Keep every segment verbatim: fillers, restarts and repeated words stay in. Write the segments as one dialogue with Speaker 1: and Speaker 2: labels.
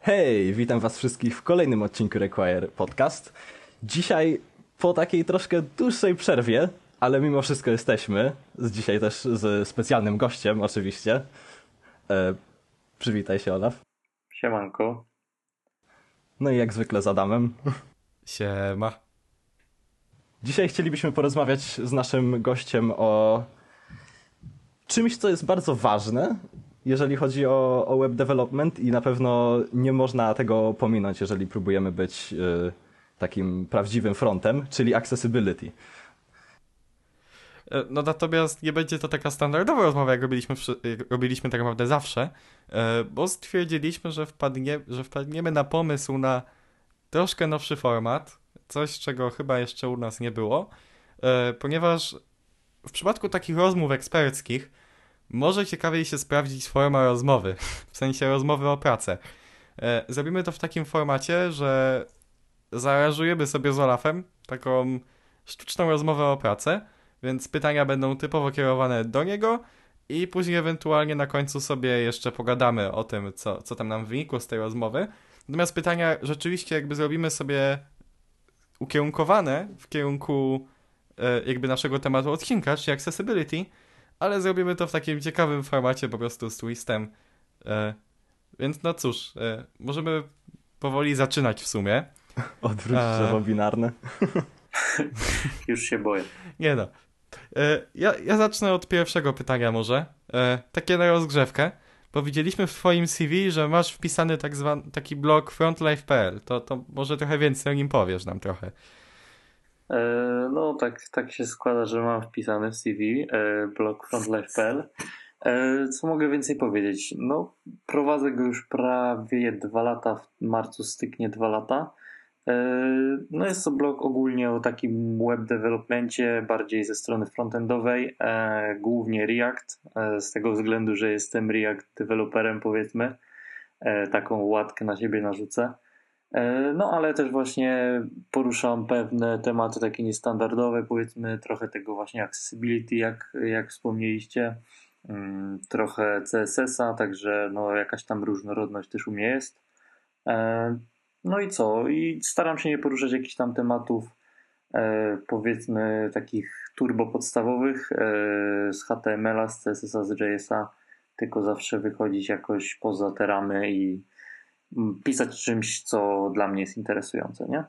Speaker 1: Hej, witam was wszystkich w kolejnym odcinku Require Podcast. Dzisiaj po takiej troszkę dłuższej przerwie, ale mimo wszystko jesteśmy. Z dzisiaj też z specjalnym gościem oczywiście. E, przywitaj się, Olaf.
Speaker 2: Siemanko.
Speaker 1: No i jak zwykle z Adamem.
Speaker 3: Siema.
Speaker 1: Dzisiaj chcielibyśmy porozmawiać z naszym gościem o czymś, co jest bardzo ważne, jeżeli chodzi o, o web development i na pewno nie można tego pominąć, jeżeli próbujemy być y, takim prawdziwym frontem, czyli accessibility.
Speaker 3: No natomiast nie będzie to taka standardowa rozmowa, jak robiliśmy, jak robiliśmy tak naprawdę zawsze, bo stwierdziliśmy, że, wpadnie, że wpadniemy na pomysł na troszkę nowszy format, coś czego chyba jeszcze u nas nie było, ponieważ w przypadku takich rozmów eksperckich może ciekawiej się sprawdzić forma rozmowy, w sensie rozmowy o pracę. Zrobimy to w takim formacie, że zaaranżujemy sobie z Olafem taką sztuczną rozmowę o pracę, więc pytania będą typowo kierowane do niego i później ewentualnie na końcu sobie jeszcze pogadamy o tym, co, co tam nam wynikło z tej rozmowy. Natomiast pytania rzeczywiście jakby zrobimy sobie ukierunkowane w kierunku e, jakby naszego tematu odcinka, czyli accessibility, ale zrobimy to w takim ciekawym formacie po prostu z twistem. E, więc no cóż, e, możemy powoli zaczynać w sumie.
Speaker 1: Odwróć drzewo binarne.
Speaker 2: Już się boję.
Speaker 3: Nie no. E, ja, ja zacznę od pierwszego pytania może. E, takie na rozgrzewkę. Bo widzieliśmy w twoim C V, że masz wpisany tak zwany, taki blog frontlife kropka p l. To, to może trochę więcej o nim powiesz nam trochę.
Speaker 2: E, no tak, tak się składa, że mam wpisany w C V e, blog frontlife kropka p l. E, co mogę więcej powiedzieć? No prowadzę go już prawie dwa lata, w marcu styknie dwa lata. No jest to blog ogólnie o takim web developmencie, bardziej ze strony frontendowej, e, głównie React, e, z tego względu, że jestem React deweloperem, powiedzmy, e, taką łatkę na siebie narzucę. E, no ale też właśnie poruszam pewne tematy takie niestandardowe, powiedzmy trochę tego właśnie accessibility, jak, jak wspomnieliście, mm, trochę C S S a, także no jakaś tam różnorodność też u mnie jest. E, No i co? I staram się nie poruszać jakichś tam tematów, e, powiedzmy takich turbo podstawowych e, z H T M L a, z C S S a, z J S a, tylko zawsze wychodzić jakoś poza te ramy i mm, pisać czymś, co dla mnie jest interesujące, nie?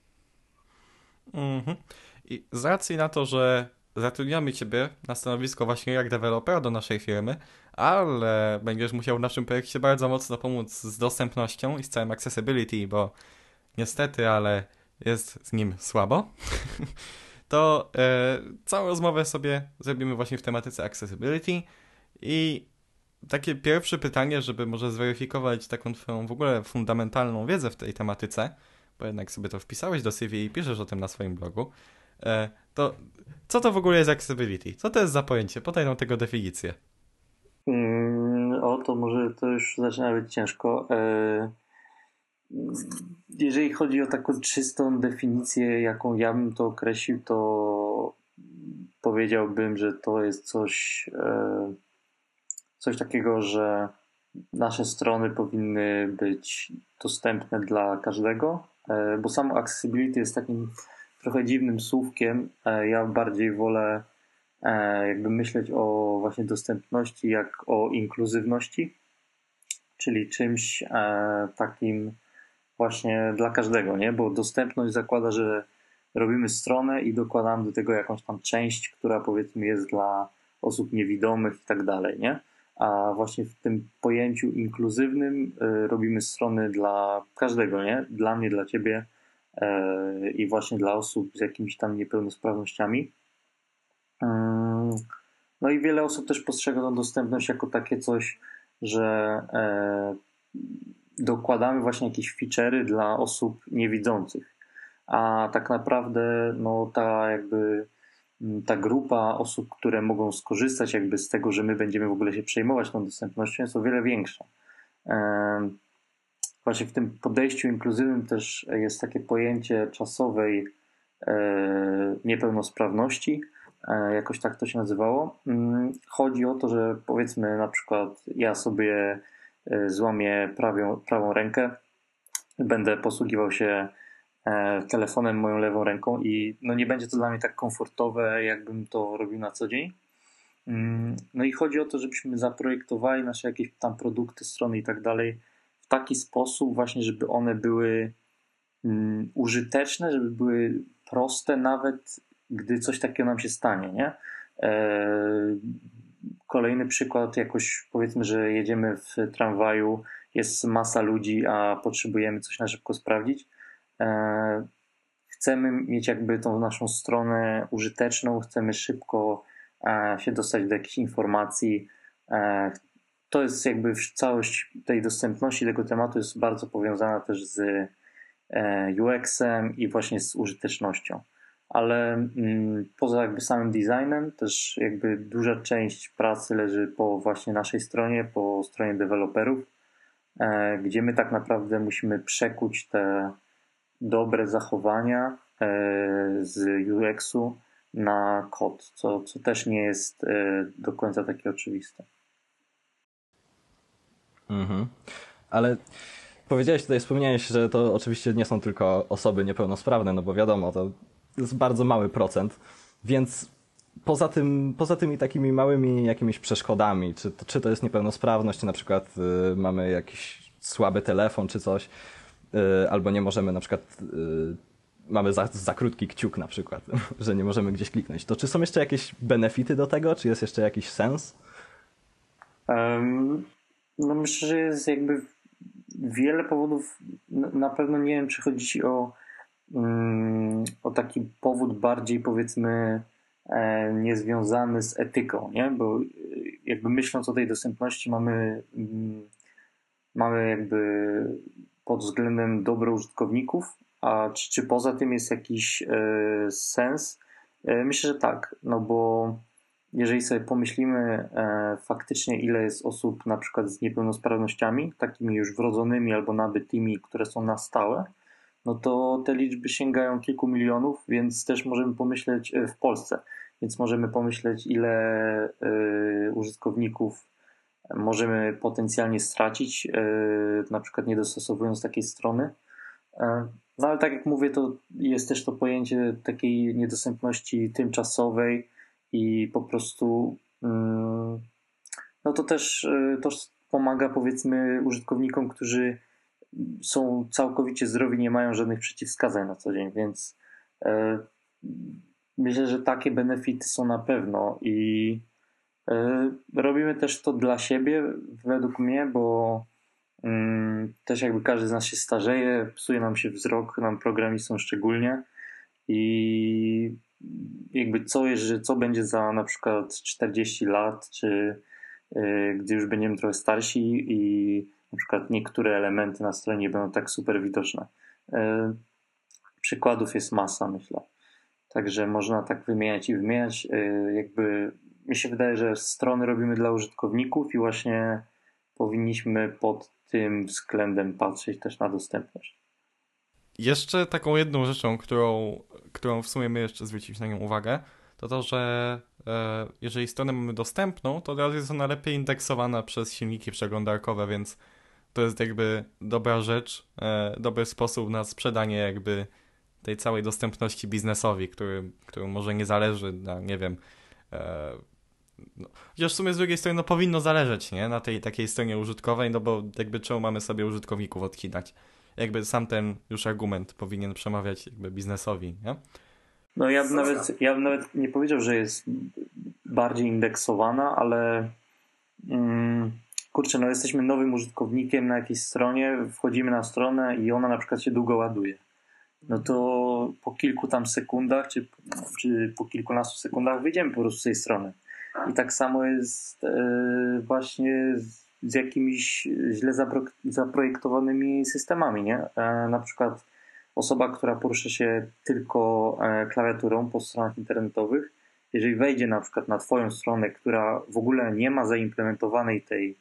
Speaker 3: Mhm. I z racji na to, że zatrudniamy ciebie na stanowisko właśnie jak dewelopera do naszej firmy, ale będziesz musiał w naszym projekcie bardzo mocno pomóc z dostępnością i z całym accessibility, bo niestety, ale jest z nim słabo, to e, całą rozmowę sobie zrobimy właśnie w tematyce accessibility i takie pierwsze pytanie, żeby może zweryfikować taką twoją w ogóle fundamentalną wiedzę w tej tematyce, bo jednak sobie to wpisałeś do C V i piszesz o tym na swoim blogu, e, to co to w ogóle jest accessibility? Co to jest za pojęcie? Podaj nam tego definicję.
Speaker 2: Mm, o, to może to już zaczyna być ciężko. E, Jeżeli chodzi o taką czystą definicję, jaką ja bym to określił, to powiedziałbym, że to jest coś, e, coś takiego, że nasze strony powinny być dostępne dla każdego, e, bo samo accessibility jest takim trochę dziwnym słówkiem. E, Ja bardziej wolę e, jakby myśleć o właśnie dostępności jak o inkluzywności, czyli czymś e, takim właśnie dla każdego, nie? Bo dostępność zakłada, że robimy stronę i dokładamy do tego jakąś tam część, która powiedzmy jest dla osób niewidomych i tak dalej, nie? A właśnie w tym pojęciu inkluzywnym y, robimy strony dla każdego, nie? Dla mnie, dla ciebie y, i właśnie dla osób z jakimiś tam niepełnosprawnościami. Ym, No i wiele osób też postrzega tą dostępność jako takie coś, że y, dokładamy właśnie jakieś feature'y dla osób niewidzących. A tak naprawdę no ta jakby ta grupa osób, które mogą skorzystać jakby z tego, że my będziemy w ogóle się przejmować tą dostępnością, jest o wiele większa. Właśnie w tym podejściu inkluzywnym też jest takie pojęcie czasowej niepełnosprawności, jakoś tak to się nazywało. Chodzi o to, że powiedzmy na przykład ja sobie złamię prawią, prawą rękę, będę posługiwał się telefonem moją lewą ręką i no nie będzie to dla mnie tak komfortowe, jakbym to robił na co dzień. No i chodzi o to, żebyśmy zaprojektowali nasze jakieś tam produkty, strony i tak dalej w taki sposób właśnie, żeby one były um, użyteczne, żeby były proste nawet gdy coś takiego nam się stanie, nie? Eee, kolejny przykład, jakoś powiedzmy, że jedziemy w tramwaju, jest masa ludzi, a potrzebujemy coś na szybko sprawdzić. Eee, chcemy mieć jakby tą naszą stronę użyteczną, chcemy szybko e, się dostać do jakichś informacji. E, to jest jakby całość tej dostępności tego tematu jest bardzo powiązana też z e, U X-em i właśnie z użytecznością. Ale mm, poza jakby samym designem też jakby duża część pracy leży po właśnie naszej stronie, po stronie deweloperów, e, gdzie my tak naprawdę musimy przekuć te dobre zachowania e, z U X-u na kod, co, co też nie jest e, do końca takie oczywiste.
Speaker 1: Mhm. Ale powiedziałeś tutaj, wspomniałeś, że to oczywiście nie są tylko osoby niepełnosprawne, no bo wiadomo, to jest bardzo mały procent, więc poza tym, poza tymi takimi małymi jakimiś przeszkodami, czy to, czy to jest niepełnosprawność, czy na przykład y, mamy jakiś słaby telefon, czy coś, y, albo nie możemy na przykład, y, mamy za, za krótki kciuk na przykład, że nie możemy gdzieś kliknąć, to czy są jeszcze jakieś benefity do tego, czy jest jeszcze jakiś sens?
Speaker 2: Um, no myślę, że jest jakby wiele powodów, na pewno nie wiem, czy chodzi ci o o taki powód bardziej powiedzmy niezwiązany z etyką, nie? Bo jakby myśląc o tej dostępności mamy, mamy jakby pod względem dobra użytkowników, a czy, czy poza tym jest jakiś sens? Myślę, że tak, no bo jeżeli sobie pomyślimy faktycznie ile jest osób na przykład z niepełnosprawnościami, takimi już wrodzonymi albo nabytymi, które są na stałe, no to te liczby sięgają kilku milionów, więc też możemy pomyśleć w Polsce, więc możemy pomyśleć, ile y, użytkowników możemy potencjalnie stracić, y, na przykład nie dostosowując takiej strony. Y, no ale tak jak mówię, to jest też to pojęcie takiej niedostępności tymczasowej i po prostu y, no to też y, to pomaga powiedzmy użytkownikom, którzy są całkowicie zdrowi, nie mają żadnych przeciwwskazań na co dzień, więc e, myślę, że takie benefity są na pewno i e, robimy też to dla siebie według mnie, bo mm, też jakby każdy z nas się starzeje, psuje nam się wzrok, nam programistom szczególnie i jakby co jest, że co będzie za na przykład czterdzieści lat, czy e, gdy już będziemy trochę starsi i na przykład niektóre elementy na stronie nie będą tak super widoczne. Yy, przykładów jest masa, myślę. Także można tak wymieniać i wymieniać. Yy, jakby mi się wydaje, że strony robimy dla użytkowników i właśnie powinniśmy pod tym względem patrzeć też na dostępność.
Speaker 3: Jeszcze taką jedną rzeczą, którą, którą w sumie my jeszcze zwróciliśmy na nią uwagę, to to, że e, jeżeli stronę mamy dostępną, to od razu jest ona lepiej indeksowana przez silniki przeglądarkowe, więc to jest jakby dobra rzecz, e, dobry sposób na sprzedanie jakby tej całej dostępności biznesowi, który, który może nie zależy na, nie wiem, e, no, chociaż w sumie z drugiej strony no, powinno zależeć, nie, na tej takiej stronie użytkowej, no bo jakby czemu mamy sobie użytkowników odcinać? Jakby sam ten już argument powinien przemawiać jakby biznesowi, nie?
Speaker 2: No ja bym nawet, ja bym nawet nie powiedział, że jest bardziej indeksowana, ale mm, kurczę, no jesteśmy nowym użytkownikiem na jakiejś stronie, wchodzimy na stronę i ona na przykład się długo ładuje. No to po kilku tam sekundach, czy, czy po kilkunastu sekundach wyjdziemy po prostu z tej strony. I tak samo jest e, właśnie z, z jakimiś źle zapro, zaprojektowanymi systemami, nie? E, na przykład osoba, która porusza się tylko e, klawiaturą po stronach internetowych, jeżeli wejdzie na przykład na twoją stronę, która w ogóle nie ma zaimplementowanej tej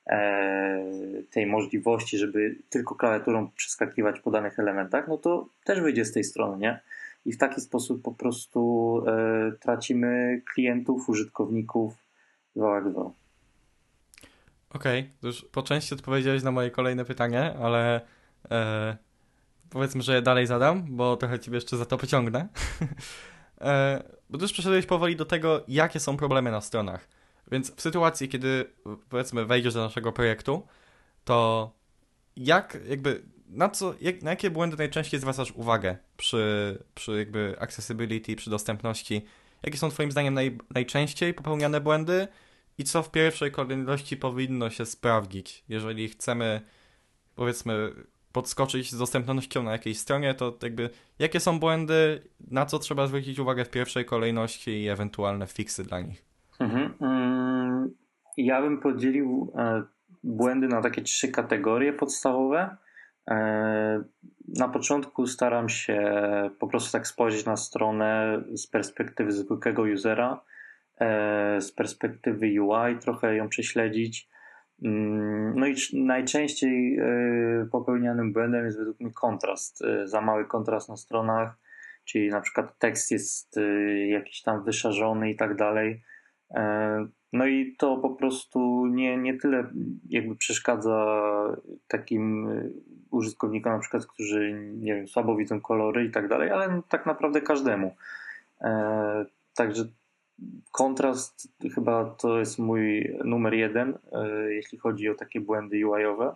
Speaker 2: tej możliwości, żeby tylko klawiaturą przeskakiwać po danych elementach, no to też wyjdzie z tej strony, nie? I w taki sposób po prostu e, tracimy klientów, użytkowników dwa jak dwa.
Speaker 3: Okej, okay, to już po części odpowiedziałeś na moje kolejne pytanie, ale e, powiedzmy, że je dalej zadam, bo trochę ciebie jeszcze za to pociągnę. e, bo ty już przeszedłeś powoli do tego, jakie są problemy na stronach. Więc w sytuacji, kiedy powiedzmy wejdziesz do naszego projektu, to jak jakby na co, jak, na jakie błędy najczęściej zwracasz uwagę przy, przy jakby accessibility, przy dostępności? Jakie są twoim zdaniem naj, najczęściej popełniane błędy i co w pierwszej kolejności powinno się sprawdzić? Jeżeli chcemy, powiedzmy, podskoczyć z dostępnością na jakiejś stronie, to jakby jakie są błędy, na co trzeba zwrócić uwagę w pierwszej kolejności i ewentualne fixy dla nich?
Speaker 2: Mhm. Mm, ja bym podzielił e, błędy na takie trzy kategorie podstawowe. E, na początku staram się po prostu tak spojrzeć na stronę z perspektywy zwykłego usera, e, z perspektywy U I, trochę ją prześledzić. Mm, no i najczęściej e, popełnianym błędem jest według mnie kontrast. E, za mały kontrast na stronach, czyli na przykład tekst jest e, jakiś tam wyszarzony i tak dalej. No i to po prostu nie, nie tyle jakby przeszkadza takim użytkownikom, na przykład, którzy nie wiem, słabo widzą kolory i tak dalej, ale tak naprawdę każdemu. Także kontrast chyba to jest mój numer jeden, jeśli chodzi o takie błędy U I-owe.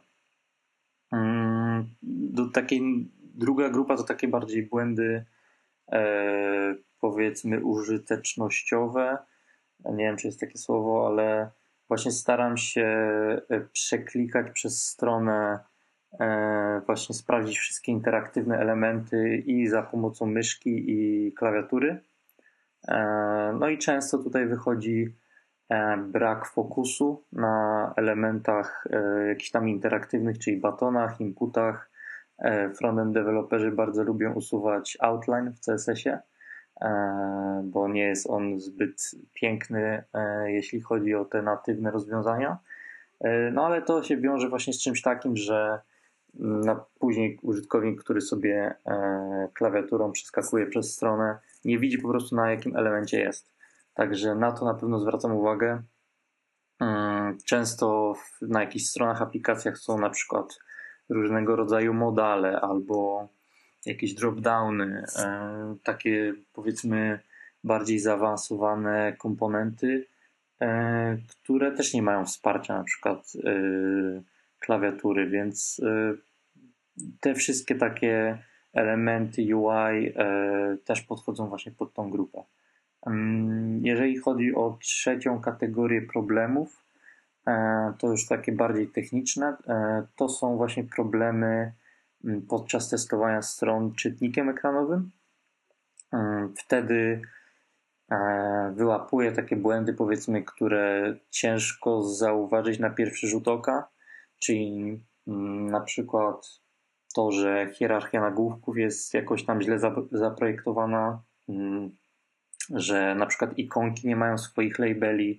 Speaker 2: Do takiej, druga grupa to takie bardziej błędy powiedzmy użytecznościowe. Nie wiem, czy jest takie słowo, ale właśnie staram się przeklikać przez stronę, właśnie sprawdzić wszystkie interaktywne elementy i za pomocą myszki i klawiatury. No i często tutaj wychodzi brak fokusu na elementach jakichś tam interaktywnych, czyli batonach, inputach. Frontend deweloperzy bardzo lubią usuwać outline w C S S-ie, bo nie jest on zbyt piękny, jeśli chodzi o te natywne rozwiązania. No ale to się wiąże właśnie z czymś takim, że na później użytkownik, który sobie klawiaturą przeskakuje przez stronę, nie widzi po prostu, na jakim elemencie jest. Także na to na pewno zwracam uwagę. Często na jakichś stronach, aplikacjach są na przykład różnego rodzaju modale albo jakieś drop-downy, takie powiedzmy bardziej zaawansowane komponenty, które też nie mają wsparcia na przykład klawiatury, więc te wszystkie takie elementy U I też podchodzą właśnie pod tą grupę. Jeżeli chodzi o trzecią kategorię problemów, to już takie bardziej techniczne, to są właśnie problemy podczas testowania stron czytnikiem ekranowym. Wtedy wyłapuję takie błędy, powiedzmy, które ciężko zauważyć na pierwszy rzut oka, czyli na przykład to, że hierarchia nagłówków jest jakoś tam źle zaprojektowana, że na przykład ikonki nie mają swoich labeli.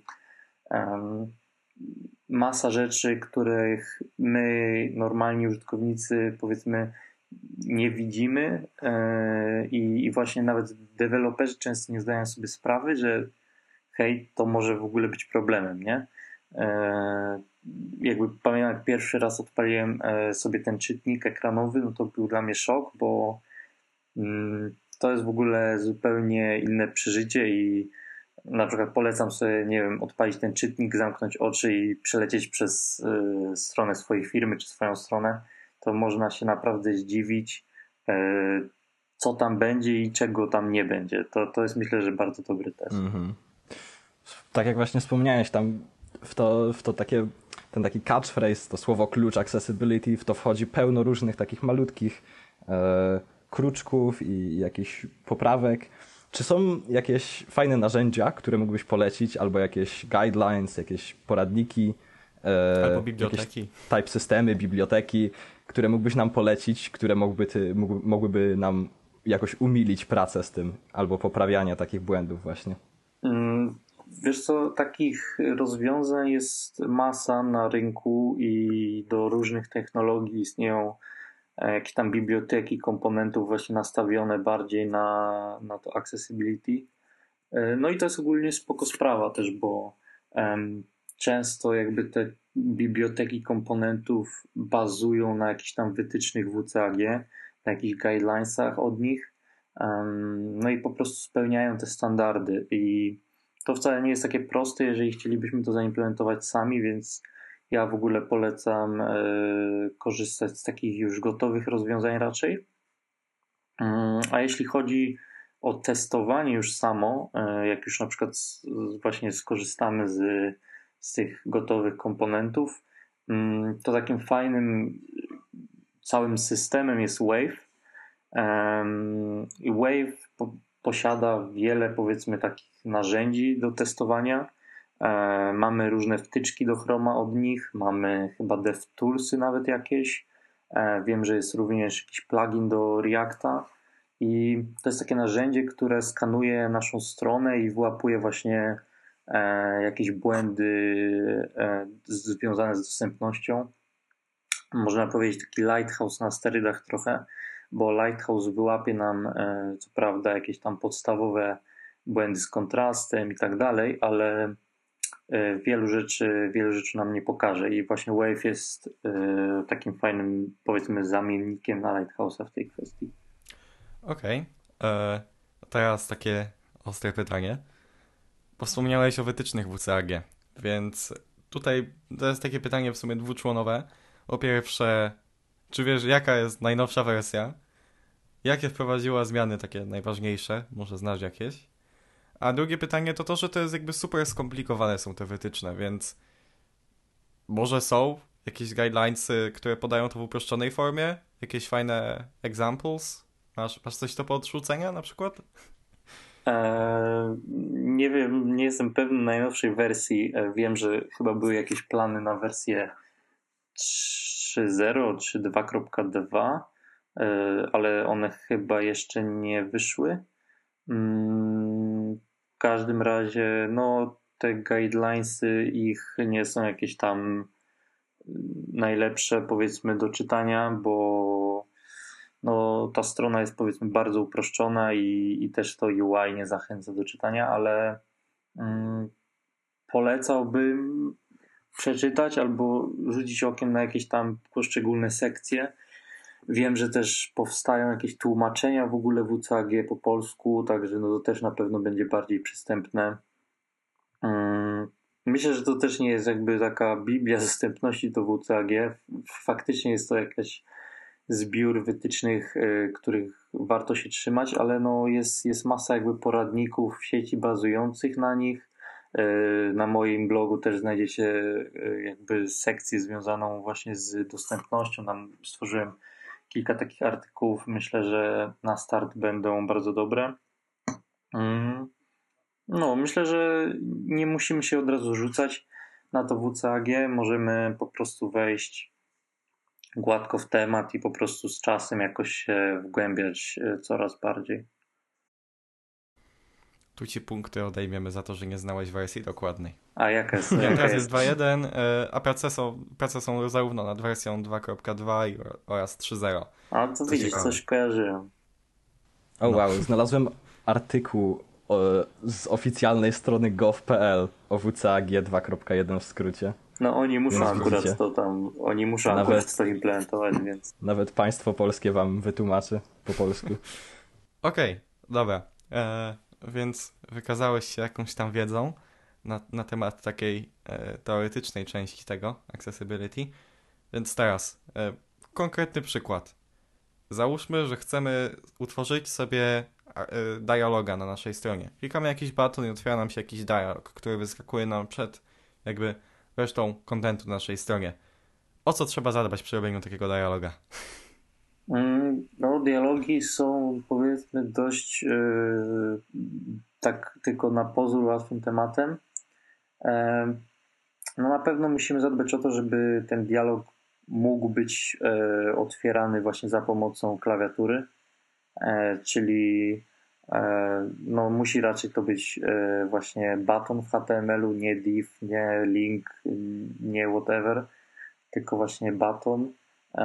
Speaker 2: Masa rzeczy, których my, normalni użytkownicy, powiedzmy, nie widzimy i, i właśnie nawet deweloperzy często nie zdają sobie sprawy, że hej, to może w ogóle być problemem, nie? Jakby pamiętam, jak pierwszy raz odpaliłem sobie ten czytnik ekranowy, no to był dla mnie szok, bo to jest w ogóle zupełnie inne przeżycie i na przykład polecam sobie, nie wiem, odpalić ten czytnik, zamknąć oczy i przelecieć przez y, stronę swojej firmy czy swoją stronę, to można się naprawdę zdziwić, y, co tam będzie i czego tam nie będzie. To, to jest, myślę, że bardzo dobry test. Mm-hmm.
Speaker 1: Tak jak właśnie wspomniałeś, tam w to, w to takie, ten taki catchphrase, to słowo klucz accessibility, w to wchodzi pełno różnych takich malutkich e, kruczków i jakichś poprawek. Czy są jakieś fajne narzędzia, które mógłbyś polecić, albo jakieś guidelines, jakieś poradniki,
Speaker 3: e, albo biblioteki,
Speaker 1: jakieś type systemy, biblioteki, które mógłbyś nam polecić, które mógłby ty, mógł, mogłyby nam jakoś umilić pracę z tym, albo poprawiania takich błędów właśnie?
Speaker 2: Mm, wiesz co, takich rozwiązań jest masa na rynku i do różnych technologii istnieją jakieś tam biblioteki komponentów właśnie nastawione bardziej na, na to accessibility. No i to jest ogólnie spoko sprawa też, bo um, często jakby te biblioteki komponentów bazują na jakichś tam wytycznych W C A G, na jakichś guidelinesach od nich, no i po prostu spełniają te standardy i to wcale nie jest takie proste, jeżeli chcielibyśmy to zaimplementować sami, więc ja w ogóle polecam korzystać z takich już gotowych rozwiązań raczej. A jeśli chodzi o testowanie już samo, jak już na przykład właśnie skorzystamy z, z tych gotowych komponentów, to takim fajnym całym systemem jest Wave. I Wave po, posiada wiele, powiedzmy, takich narzędzi do testowania. Mamy różne wtyczki do Chroma od nich, mamy chyba DevToolsy nawet jakieś. Wiem, że jest również jakiś plugin do Reacta i to jest takie narzędzie, które skanuje naszą stronę i wyłapuje właśnie jakieś błędy związane z dostępnością. Można powiedzieć taki lighthouse na sterydach trochę, bo lighthouse wyłapie nam co prawda jakieś tam podstawowe błędy z kontrastem i tak dalej, ale wielu rzeczy, wielu rzeczy nam nie pokaże i właśnie Wave jest takim fajnym, powiedzmy, zamiennikiem na lighthouse'a w tej kwestii.
Speaker 3: Okej. Okay. Teraz takie ostre pytanie. Bo wspomniałeś o wytycznych W C A G, więc tutaj to jest takie pytanie w sumie dwuczłonowe. Po pierwsze, czy wiesz, jaka jest najnowsza wersja? Jakie wprowadziła zmiany takie najważniejsze? Może znasz jakieś? A drugie pytanie to to, że to jest jakby super skomplikowane są te wytyczne, więc może są jakieś guidelinesy, które podają to w uproszczonej formie? Jakieś fajne examples? Masz, masz coś do podrzucenia na przykład?
Speaker 2: Eee, nie wiem, nie jestem pewny najnowszej wersji. Wiem, że chyba były jakieś plany na wersję trzy zero czy dwa kropka dwa, ale one chyba jeszcze nie wyszły. W każdym razie no te guidelinesy ich nie są jakieś tam najlepsze, powiedzmy, do czytania, bo no ta strona jest, powiedzmy, bardzo uproszczona i, i też to U I nie zachęca do czytania, ale mm, polecałbym przeczytać albo rzucić okiem na jakieś tam poszczególne sekcje. Wiem, że też powstają jakieś tłumaczenia w ogóle W C A G po polsku, także no to też na pewno będzie bardziej przystępne. Myślę, że to też nie jest jakby taka biblia dostępności do W C A G. Faktycznie jest to jakaś zbiór wytycznych, których warto się trzymać, ale no jest, jest masa jakby poradników w sieci bazujących na nich. Na moim blogu też znajdziecie jakby sekcję związaną właśnie z dostępnością. Tam stworzyłem kilka takich artykułów. Myślę, że na start będą bardzo dobre. No, myślę, że nie musimy się od razu rzucać na to W C A G. Możemy po prostu wejść gładko w temat i po prostu z czasem jakoś się wgłębiać coraz bardziej.
Speaker 3: Tu ci punkty odejmiemy za to, że nie znałeś wersji dokładnej.
Speaker 2: A jaka jest?
Speaker 3: Jaka teraz jest dwa jeden, a prace są, prace są zarówno nad wersją dwa kropka dwa oraz trzy zero.
Speaker 2: A to widzisz, ciekawe. Coś kojarzyłem.
Speaker 1: O wow, znalazłem artykuł o, z oficjalnej strony gov kropka p l o W C A G dwa kropka jeden w skrócie.
Speaker 2: No oni muszą więc akurat widzicie. to tam, oni muszą nawet, akurat to implementować, więc...
Speaker 1: Nawet państwo polskie wam wytłumaczy po polsku.
Speaker 3: Okej, okay, dobra. E, więc wykazałeś się jakąś tam wiedzą na, na temat takiej e, teoretycznej części tego, accessibility. Więc teraz, e, konkretny przykład. Załóżmy, że chcemy utworzyć sobie e, dialoga na naszej stronie. Klikamy jakiś button i otwiera nam się jakiś dialog, który wyskakuje nam przed jakby resztą kontentu na naszej stronie. O co trzeba zadbać przy robieniu takiego dialoga?
Speaker 2: No, dialogi są, powiedzmy, dość yy, tak tylko na pozór łatwym tematem. Yy, no na pewno musimy zadbać o to, żeby ten dialog mógł być yy, otwierany właśnie za pomocą klawiatury, yy, czyli yy, no, musi raczej to być yy, właśnie button w H T M L-u, nie div, nie link, nie whatever, tylko właśnie button. Yy,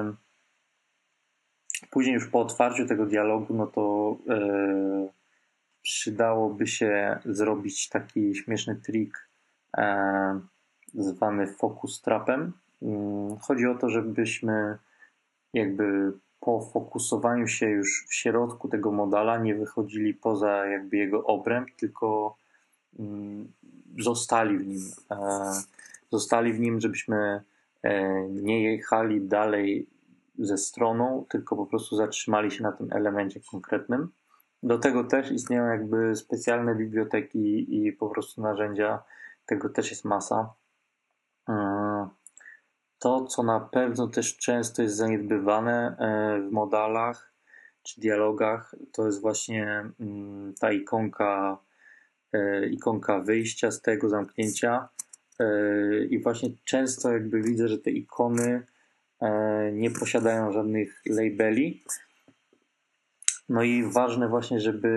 Speaker 2: Później już po otwarciu tego dialogu, no to yy, przydałoby się zrobić taki śmieszny trik, yy, zwany focus trapem. Chodzi o to, żebyśmy jakby po fokusowaniu się już w środku tego modela nie wychodzili poza jakby jego obręb, tylko zostali w nim. Zostali w nim, żebyśmy nie jechali dalej ze stroną, tylko po prostu zatrzymali się na tym elemencie konkretnym. Do tego też istnieją jakby specjalne biblioteki i po prostu narzędzia. Tego też jest masa. To, co na pewno też często jest zaniedbywane w modalach czy dialogach, to jest właśnie ta ikonka, ikonka wyjścia z tego zamknięcia. I właśnie często jakby widzę, że te ikony nie posiadają żadnych labeli. No i ważne właśnie, żeby,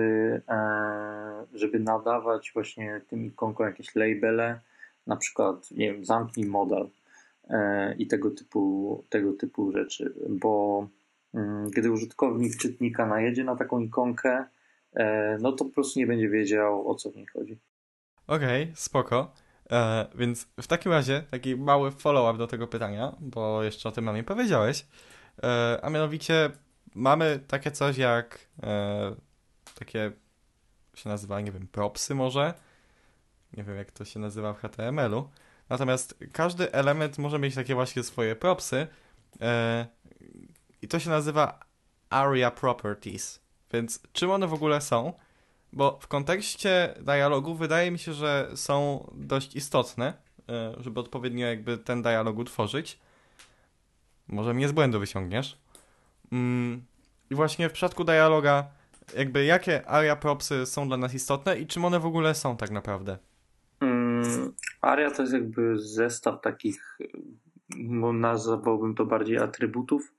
Speaker 2: żeby nadawać właśnie tym ikonkom jakieś labele, na przykład, nie wiem, zamknij modal i tego typu, tego typu rzeczy, bo gdy użytkownik czytnika najedzie na taką ikonkę, no to po prostu nie będzie wiedział, o co w niej chodzi.
Speaker 3: Okej, okay, spoko. E, więc w takim razie taki mały follow-up do tego pytania, bo jeszcze o tym nam nie powiedziałeś, e, a mianowicie mamy takie coś jak e, takie się nazywa, nie wiem, propsy może? Nie wiem, jak to się nazywa w H T M L-u. Natomiast każdy element może mieć takie właśnie swoje propsy e, i to się nazywa aria properties. Więc czym one w ogóle są? Bo w kontekście dialogu wydaje mi się, że są dość istotne, żeby odpowiednio jakby ten dialog utworzyć. Może mnie z błędu wyciągniesz. I właśnie w przypadku dialoga, jakby jakie aria propsy są dla nas istotne i czym one w ogóle są tak naprawdę?
Speaker 2: Mm, aria to jest jakby zestaw takich, nazwałbym to bardziej atrybutów,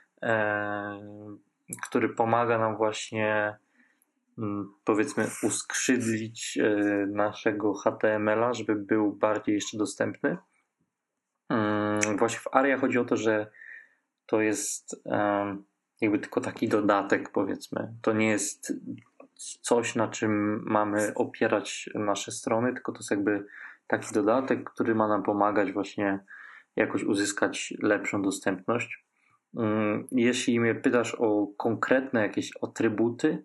Speaker 2: e, który pomaga nam właśnie powiedzmy uskrzydlić naszego H T M L a, żeby był bardziej jeszcze dostępny. Właśnie w aria chodzi o to, że to jest jakby tylko taki dodatek, powiedzmy. To nie jest coś, na czym mamy opierać nasze strony, tylko to jest jakby taki dodatek, który ma nam pomagać właśnie jakoś uzyskać lepszą dostępność. Jeśli mnie pytasz o konkretne jakieś atrybuty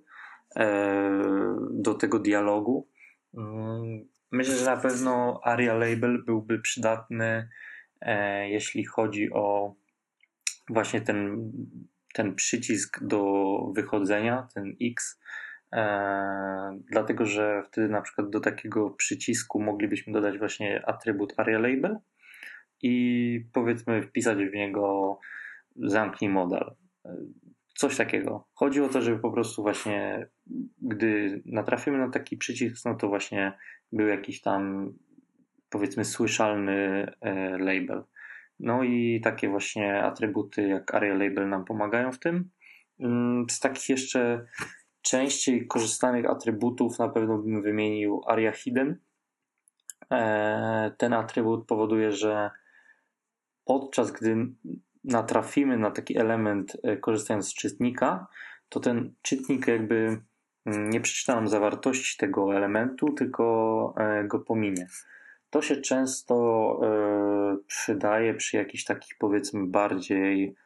Speaker 2: do tego dialogu, myślę, że na pewno aria label byłby przydatny, jeśli chodzi o właśnie ten, ten przycisk do wychodzenia, ten X, dlatego że wtedy na przykład do takiego przycisku moglibyśmy dodać właśnie atrybut aria label i powiedzmy wpisać w niego zamknij modal. Coś takiego. Chodzi o to, żeby po prostu właśnie gdy natrafimy na taki przycisk, no to właśnie był jakiś tam powiedzmy słyszalny e, label. No i takie właśnie atrybuty jak aria label nam pomagają w tym. Z takich jeszcze częściej korzystanych atrybutów na pewno bym wymienił aria hidden. E, ten atrybut powoduje, że podczas gdy natrafimy na taki element korzystając z czytnika, to ten czytnik jakby nie przeczyta nam zawartości tego elementu, tylko go pominie. To się często przydaje przy jakichś takich powiedzmy bardziej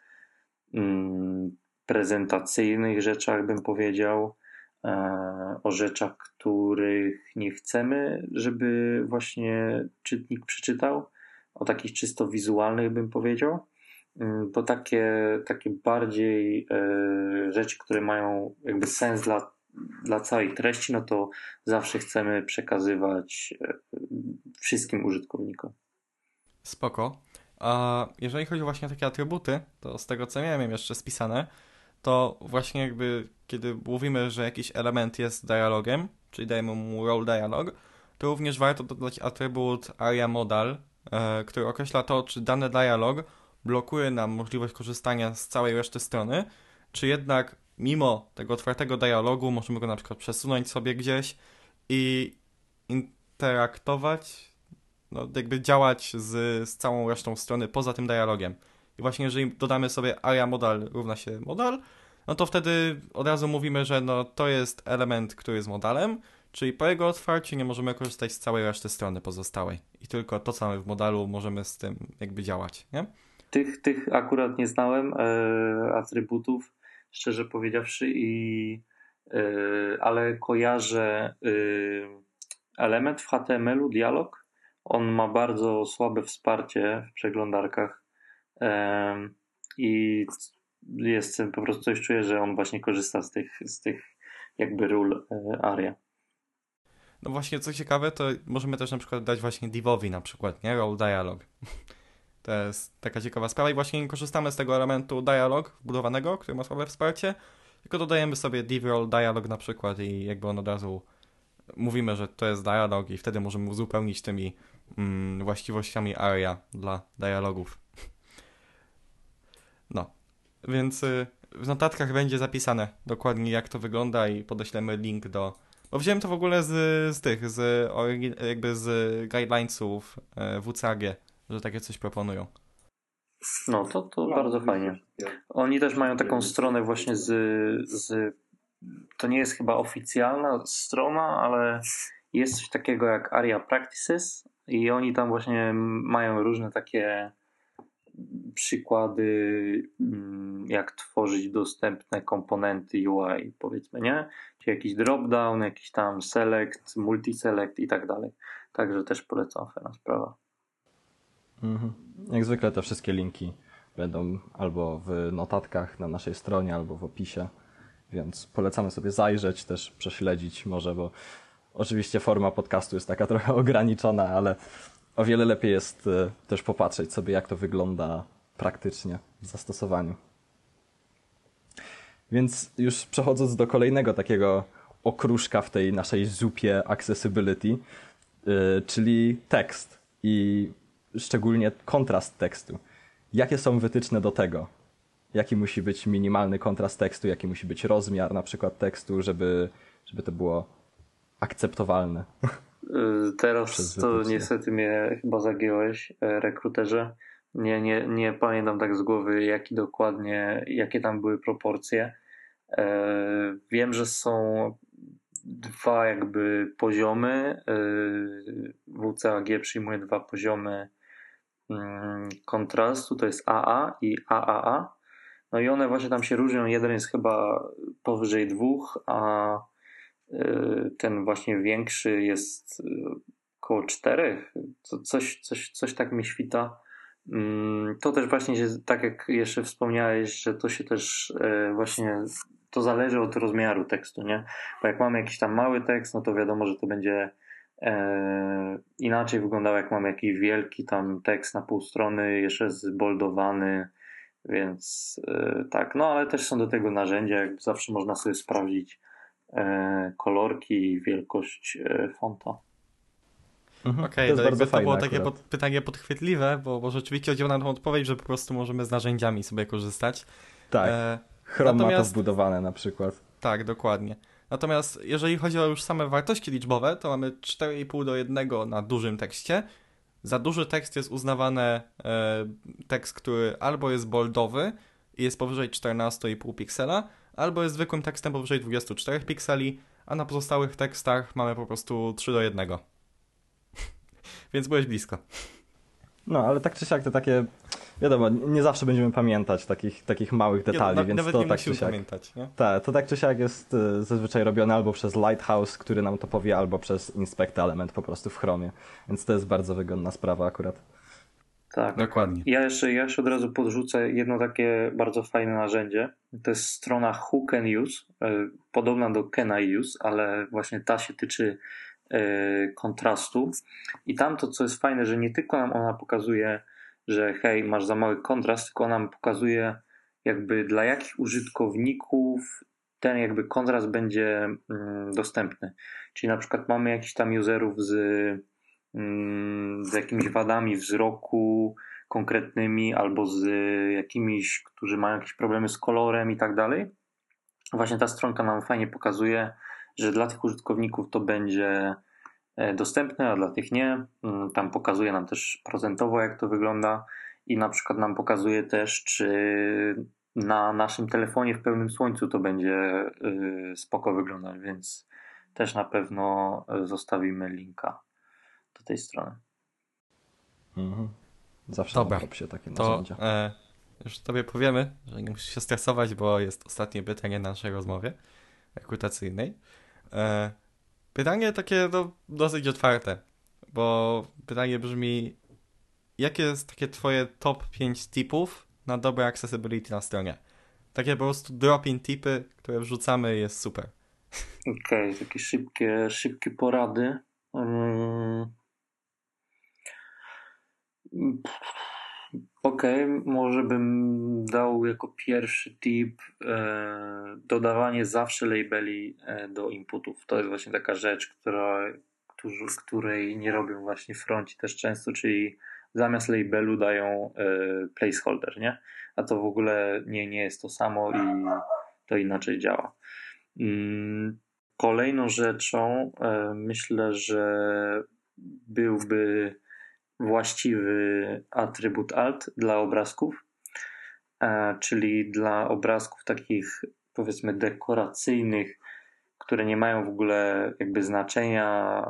Speaker 2: prezentacyjnych rzeczach, bym powiedział, o rzeczach, których nie chcemy, żeby właśnie czytnik przeczytał, o takich czysto wizualnych bym powiedział. Bo takie, takie bardziej e, rzeczy, które mają jakby sens dla, dla całej treści, no to zawsze chcemy przekazywać e, wszystkim użytkownikom.
Speaker 3: Spoko. A jeżeli chodzi właśnie o takie atrybuty, to z tego co miałem jeszcze spisane, to właśnie jakby kiedy mówimy, że jakiś element jest dialogiem, czyli dajemy mu role dialog, to również warto dodać atrybut aria modal, e, który określa to, czy dany dialog blokuje nam możliwość korzystania z całej reszty strony, czy jednak mimo tego otwartego dialogu możemy go na przykład przesunąć sobie gdzieś i interaktować, no jakby działać z, z całą resztą strony poza tym dialogiem. I właśnie jeżeli dodamy sobie aria modal równa się modal, no to wtedy od razu mówimy, że no to jest element, który jest modalem, Czyli po jego otwarciu nie możemy korzystać z całej reszty strony pozostałej. I tylko to, co mamy w modelu, możemy z tym jakby działać, nie?
Speaker 2: Tych, tych akurat nie znałem e, atrybutów, szczerze powiedziawszy, i, e, ale kojarzę e, element w H T M L-u, dialog. On ma bardzo słabe wsparcie w przeglądarkach e, i jest po prostu coś czuję, że on właśnie korzysta z tych, z tych jakby ról e, Aria.
Speaker 3: No właśnie, co ciekawe, to możemy też na przykład dać właśnie divowi na przykład, nie? Role dialog. To jest taka ciekawa sprawa i właśnie nie korzystamy z tego elementu dialog wbudowanego, który ma słabe wsparcie, tylko dodajemy sobie div role dialog na przykład i jakby on od razu mówimy, że to jest dialog i wtedy możemy uzupełnić tymi mm, właściwościami Aria dla dialogów. No, więc y, w notatkach będzie zapisane dokładnie jak to wygląda i podeślemy link do... Bo wziąłem to w ogóle z, z tych, z orygin- jakby z guidelinesów y, W C A G, że takie coś proponują.
Speaker 2: No to, to bardzo fajnie. Oni też mają taką stronę właśnie z, z... To nie jest chyba oficjalna strona, ale jest coś takiego jak Aria Practices i oni tam właśnie mają różne takie przykłady, jak tworzyć dostępne komponenty U I, powiedzmy, nie? Czyli jakiś dropdown, jakiś tam select, multi-select i tak dalej. Także też polecam, fajna sprawa.
Speaker 1: Mhm. Jak zwykle te wszystkie linki będą albo w notatkach na naszej stronie, albo w opisie, więc polecamy sobie zajrzeć, też prześledzić może, bo oczywiście forma podcastu jest taka trochę ograniczona, ale o wiele lepiej jest też popatrzeć sobie, jak to wygląda praktycznie w zastosowaniu. Więc już przechodząc do kolejnego takiego okruszka w tej naszej zupie accessibility, yy, czyli tekst i szczególnie kontrast tekstu. Jakie są wytyczne do tego? Jaki musi być minimalny kontrast tekstu, jaki musi być rozmiar na przykład tekstu, żeby, żeby to było akceptowalne?
Speaker 2: Teraz to niestety mnie chyba zagiąłeś, rekruterze. Nie, nie, nie pamiętam tak z głowy, jaki dokładnie, jakie tam były proporcje. Wiem, że są dwa jakby poziomy. W C A G przyjmuje dwa poziomy kontrastu, to jest A A i A A A. No i one właśnie tam się różnią. Jeden jest chyba powyżej dwóch, a ten właśnie większy jest około czterech. To coś, coś, coś tak mi świta. To też właśnie się, tak jak jeszcze wspomniałeś, że to się też właśnie, to zależy od rozmiaru tekstu, nie? Bo jak mamy jakiś tam mały tekst, no to wiadomo, że to będzie e, inaczej wyglądało, jak mamy jakiś wielki tam tekst na pół strony, jeszcze zboldowany, więc e, tak, no ale też są do tego narzędzia, jakby zawsze można sobie sprawdzić e, kolorki i wielkość e, fonta.
Speaker 3: Mhm. Okej, okay, to, to było takie pod, pytanie podchwytliwe, bo, bo rzeczywiście chodziło nam o odpowiedź, że po prostu możemy z narzędziami sobie korzystać.
Speaker 1: Tak, e, Chrome ma to wbudowane na przykład.
Speaker 3: Tak, dokładnie. Natomiast jeżeli chodzi o już same wartości liczbowe, to mamy cztery i pół do jednego na dużym tekście. Za duży tekst jest uznawany e, tekst, który albo jest boldowy i jest powyżej czternaście i pół piksela, albo jest zwykłym tekstem powyżej dwadzieścia cztery pikseli, a na pozostałych tekstach mamy po prostu trzy do jednego. Więc byłeś blisko.
Speaker 1: No, ale tak czy siak to takie, wiadomo, nie zawsze będziemy pamiętać takich, takich małych detali,
Speaker 3: nie, no,
Speaker 1: więc
Speaker 3: nawet
Speaker 1: to
Speaker 3: nie
Speaker 1: tak czy siak.
Speaker 3: pamiętać, nie?
Speaker 1: Tak, to tak czy siak jest zazwyczaj robione albo przez Lighthouse, który nam to powie, albo przez Inspect Element po prostu w Chromie. Więc to jest bardzo wygodna sprawa akurat.
Speaker 2: Tak,
Speaker 3: dokładnie.
Speaker 2: Ja jeszcze, ja jeszcze od razu podrzucę jedno takie bardzo fajne narzędzie. To jest strona Who Can Use, podobna do Can I Use, ale właśnie ta się tyczy kontrastu i tam to, co jest fajne, że nie tylko nam ona pokazuje, że hej, masz za mały kontrast, tylko ona nam pokazuje jakby dla jakich użytkowników ten jakby kontrast będzie mm, dostępny. Czyli na przykład mamy jakichś tam userów z, mm, z jakimiś wadami wzroku konkretnymi albo z jakimiś, którzy mają jakieś problemy z kolorem i tak dalej. Właśnie ta stronka nam fajnie pokazuje, że dla tych użytkowników to będzie dostępne, a dla tych nie. Tam pokazuje nam też procentowo, jak to wygląda i na przykład nam pokazuje też, czy na naszym telefonie w pełnym słońcu to będzie spoko wyglądać, więc też na pewno zostawimy linka do tej strony.
Speaker 1: Mhm. Zawsze
Speaker 3: Dobra,
Speaker 1: na się takie
Speaker 3: to
Speaker 1: narzędzia.
Speaker 3: e, już tobie powiemy, że nie musisz się stresować, bo jest ostatnie pytanie na naszej rozmowie rekrutacyjnej. E, pytanie takie no, dosyć otwarte, bo pytanie brzmi, jakie jest takie twoje top pięć tipów na dobre accessibility na stronie? Takie po prostu drop-in tipy, które wrzucamy i jest super.
Speaker 2: Okej, okay, takie szybkie, szybkie porady. Um, Okej, okay, może bym dał jako pierwszy tip e, dodawanie zawsze labeli e, do inputów. To jest właśnie taka rzecz, która, którzy, której nie robią właśnie fronci też często, czyli zamiast labelu dają e, placeholder, nie? A to w ogóle nie, nie jest to samo i to inaczej działa. Mm, kolejną rzeczą e, myślę, że byłby właściwy atrybut alt dla obrazków, czyli dla obrazków takich powiedzmy dekoracyjnych, które nie mają w ogóle jakby znaczenia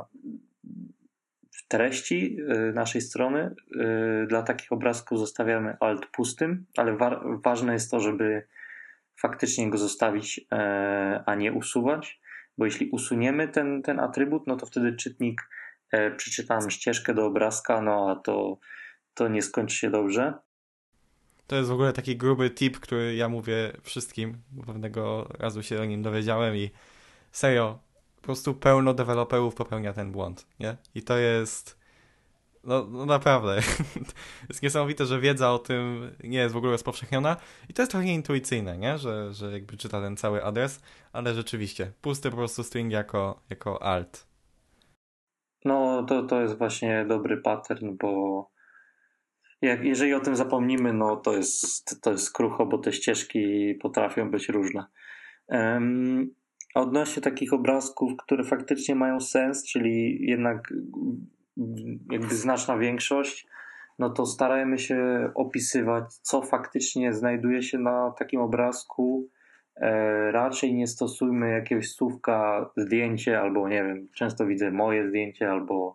Speaker 2: w treści naszej strony. Dla takich obrazków zostawiamy alt pustym, ale wa- ważne jest to, żeby faktycznie go zostawić, a nie usuwać, bo jeśli usuniemy ten, ten atrybut, no to wtedy czytnik przeczytam ścieżkę do obrazka, no a to, to nie skończy się dobrze.
Speaker 3: To jest w ogóle taki gruby tip, który ja mówię wszystkim, bo pewnego razu się o nim dowiedziałem i serio, po prostu pełno deweloperów popełnia ten błąd, nie? I to jest no, no naprawdę jest niesamowite, że wiedza o tym nie jest w ogóle rozpowszechniona i to jest trochę intuicyjne, nie? Że, że jakby czyta ten cały adres, ale rzeczywiście, pusty po prostu string jako, jako alt.
Speaker 2: No to, to jest właśnie dobry pattern, bo jak, jeżeli o tym zapomnimy, no to jest, to jest krucho, bo te ścieżki potrafią być różne. Um, a odnośnie takich obrazków, które faktycznie mają sens, czyli jednak jakby znaczna większość, no to starajmy się opisywać, co faktycznie znajduje się na takim obrazku. E, raczej nie stosujmy jakiegoś słówka zdjęcie, albo nie wiem, często widzę moje zdjęcie, albo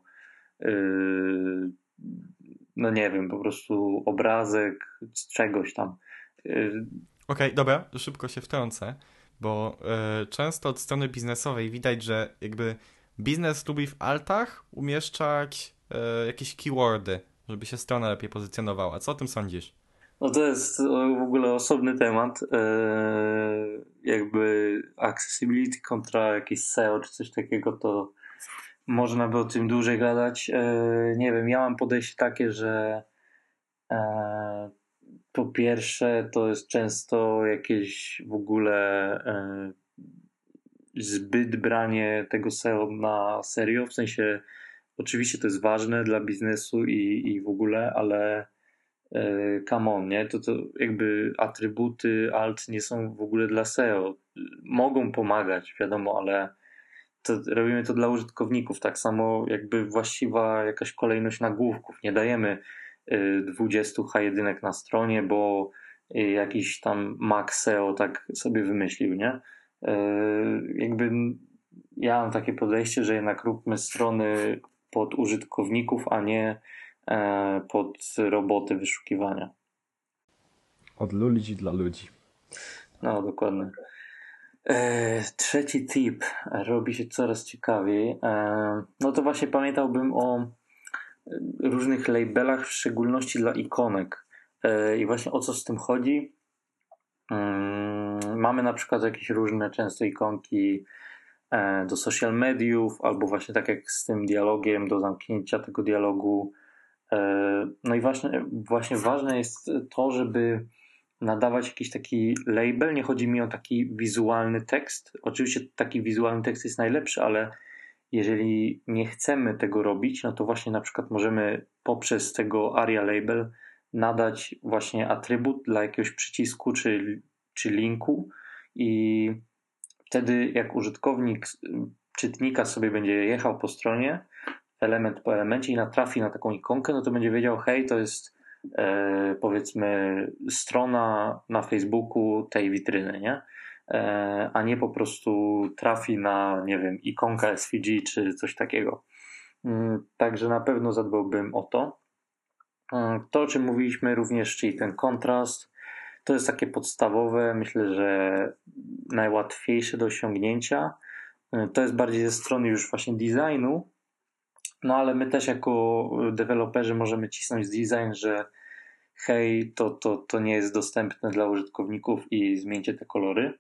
Speaker 2: yy, no nie wiem, po prostu obrazek z czegoś tam. Yy.
Speaker 3: Okej, okay, dobra, szybko się wtrącę, bo y, często od strony biznesowej widać, że jakby biznes lubi w altach umieszczać y, jakieś keywordy, żeby się strona lepiej pozycjonowała. Co o tym sądzisz?
Speaker 2: No to jest w ogóle osobny temat. Yy, jakby accessibility kontra jakieś S E O czy coś takiego, to można by o tym dłużej gadać. Yy, nie wiem, ja mam podejście takie, że yy, po pierwsze to jest często jakieś w ogóle yy, zbyt branie tego S E O na serio, w sensie oczywiście to jest ważne dla biznesu i, i w ogóle, ale come on, nie? To, to jakby atrybuty alt nie są w ogóle dla S E O. Mogą pomagać, wiadomo, ale to robimy to dla użytkowników. Tak samo jakby właściwa jakaś kolejność nagłówków. Nie dajemy dwadzieścia H jeden na stronie, bo jakiś tam Mac S E O tak sobie wymyślił, nie? Jakby ja mam takie podejście, że jednak róbmy strony pod użytkowników, a nie pod roboty wyszukiwania.
Speaker 1: Od ludzi dla ludzi.
Speaker 2: No, dokładnie. E, trzeci tip. Robi się coraz ciekawiej. E, no to właśnie pamiętałbym o różnych labelach, w szczególności dla ikonek. E, I właśnie o co z tym chodzi? Mm, mamy na przykład jakieś różne często ikonki e, do social mediów, albo właśnie tak jak z tym dialogiem, do zamknięcia tego dialogu. No i właśnie, właśnie ważne jest to, żeby nadawać jakiś taki label. Nie chodzi mi o taki wizualny tekst. Oczywiście taki wizualny tekst jest najlepszy, ale jeżeli nie chcemy tego robić, no to właśnie na przykład możemy poprzez tego aria label nadać właśnie atrybut dla jakiegoś przycisku czy, czy linku i wtedy jak użytkownik czytnika sobie będzie jechał po stronie, element po elemencie i natrafi na taką ikonkę, no to będzie wiedział, hej, to jest e, powiedzmy strona na Facebooku tej witryny, nie? a nie po prostu trafi na, nie wiem, ikonkę S V G czy coś takiego. Także na pewno zadbałbym o to. To, o czym mówiliśmy również, czyli ten kontrast, to jest takie podstawowe, myślę, że najłatwiejsze do osiągnięcia. To jest bardziej ze strony już właśnie designu, no ale my też jako deweloperzy możemy cisnąć z design, że hej, to, to, to nie jest dostępne dla użytkowników i zmieńcie te kolory.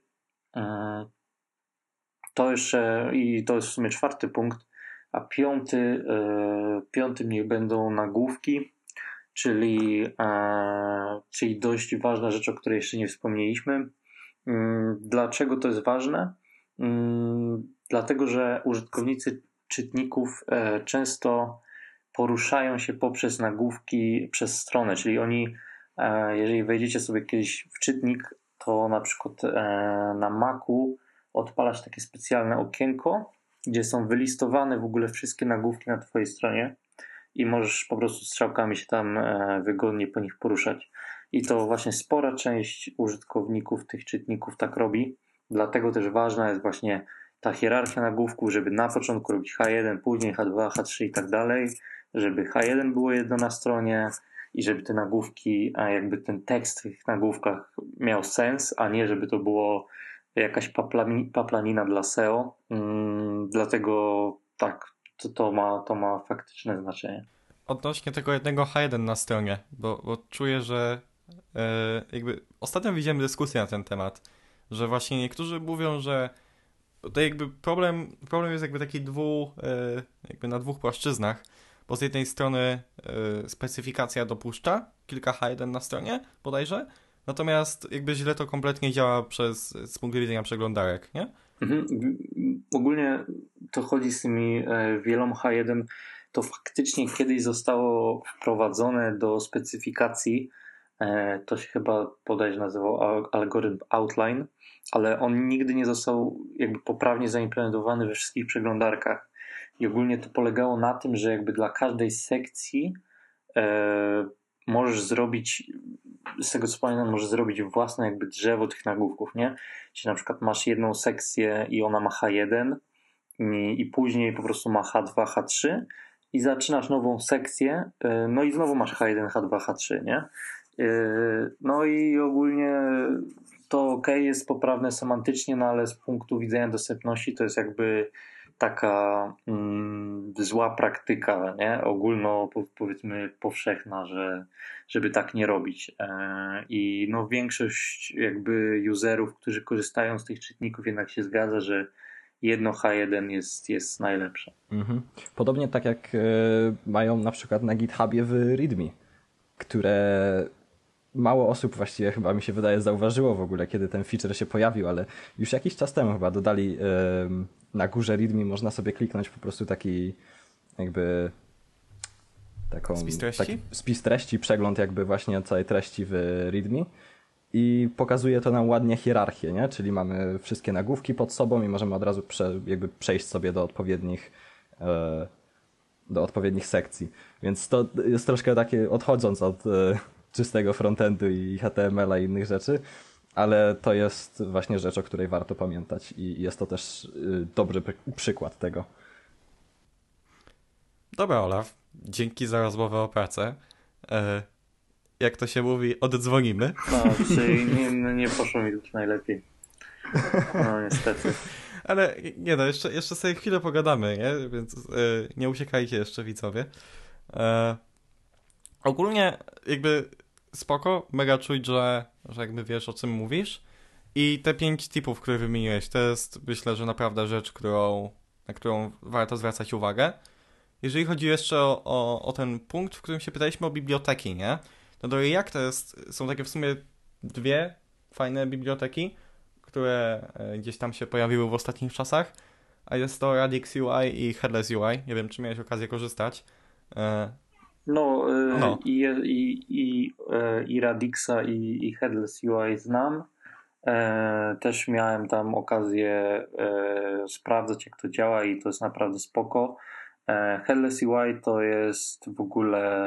Speaker 2: To jeszcze, i to jest w sumie czwarty punkt, a piąty, piątym niech będą nagłówki, czyli, czyli dość ważna rzecz, o której jeszcze nie wspomnieliśmy. Dlaczego to jest ważne? Dlatego, że użytkownicy czytników często poruszają się poprzez nagłówki przez stronę, czyli oni, jeżeli wejdziecie sobie kiedyś w czytnik, to na przykład na Macu odpalasz takie specjalne okienko, gdzie są wylistowane w ogóle wszystkie nagłówki na twojej stronie i możesz po prostu strzałkami się tam wygodnie po nich poruszać. I to właśnie spora część użytkowników tych czytników tak robi, dlatego też ważna jest właśnie ta hierarchia nagłówków, żeby na początku robić H jeden, później H dwa, H trzy i tak dalej, żeby H jeden było jedno na stronie i żeby te nagłówki, a jakby ten tekst w tych nagłówkach miał sens, a nie żeby to było jakaś paplani, paplanina dla S E O. Hmm, dlatego tak, to, to, ma, to ma faktyczne znaczenie.
Speaker 3: Odnośnie tego jednego H jeden na stronie, bo, bo czuję, że yy, jakby ostatnio widziałem dyskusję na ten temat, że właśnie niektórzy mówią, że to jakby problem, problem jest jakby taki dwu, yy, jakby na dwóch płaszczyznach, bo z jednej strony yy, specyfikacja dopuszcza kilka H jeden na stronie bodajże, natomiast jakby źle to kompletnie działa przez, z punktu widzenia przeglądarek, nie?
Speaker 2: Mhm. Ogólnie to chodzi z tymi e, wieloma H jeden, to faktycznie kiedyś zostało wprowadzone do specyfikacji, e, to się chyba bodajże nazywał algorytm Outline, ale on nigdy nie został jakby poprawnie zaimplementowany we wszystkich przeglądarkach. I ogólnie to polegało na tym, że jakby dla każdej sekcji e, możesz zrobić, z tego co pamiętam, możesz zrobić własne jakby drzewo tych nagłówków, nie? Czyli na przykład masz jedną sekcję i ona ma H jeden i, i później po prostu ma H dwa, H trzy i zaczynasz nową sekcję, e, no i znowu masz H jeden, H dwa, H trzy, nie? E, no i ogólnie to ok, jest poprawne semantycznie, no ale z punktu widzenia dostępności to jest jakby taka mm, zła praktyka, nie? Ogólno powiedzmy powszechna, że żeby tak nie robić. E, I no większość jakby userów, którzy korzystają z tych czytników, jednak się zgadza, że jedno H jeden jest, jest najlepsze.
Speaker 1: Mhm. Podobnie tak jak y, mają na przykład na GitHubie w README, które mało osób właściwie chyba mi się wydaje zauważyło w ogóle, kiedy ten feature się pojawił, ale już jakiś czas temu chyba dodali y, na górze README można sobie kliknąć po prostu taki jakby taką,
Speaker 3: Spis treści?
Speaker 1: taki spis treści, przegląd jakby właśnie całej treści w README i pokazuje to nam ładnie hierarchię, nie? Czyli mamy wszystkie nagłówki pod sobą i możemy od razu prze, jakby przejść sobie do odpowiednich e, do odpowiednich sekcji. Więc to jest troszkę takie odchodząc od e, czystego frontendu i H T M L a i innych rzeczy, ale to jest właśnie rzecz, o której warto pamiętać i jest to też y, dobry pr- przykład tego.
Speaker 3: Dobra, Olaf, dzięki za rozmowę o pracę. E, jak to się mówi, oddzwonimy.
Speaker 2: No, czyli nie, nie poszło mi już najlepiej. No niestety.
Speaker 3: Ale nie no, jeszcze, jeszcze sobie chwilę pogadamy, nie? Więc e, nie uciekajcie jeszcze, widzowie. E, ogólnie jakby spoko, mega czuć, że, że jakby wiesz, o czym mówisz. I te pięć tipów, które wymieniłeś, to jest myślę, że naprawdę rzecz, którą, na którą warto zwracać uwagę. Jeżeli chodzi jeszcze o, o, o ten punkt, w którym się pytaliśmy o biblioteki, nie? No to jak to jest, są takie w sumie dwie fajne biblioteki, które gdzieś tam się pojawiły w ostatnich czasach, a jest to Radix U I i Headless U I. Nie wiem, czy miałeś okazję korzystać.
Speaker 2: No,
Speaker 3: no.
Speaker 2: I, i, i, i Radixa i, i Headless U I znam. Też miałem tam okazję sprawdzać, jak to działa i to jest naprawdę spoko. Headless U I to jest w ogóle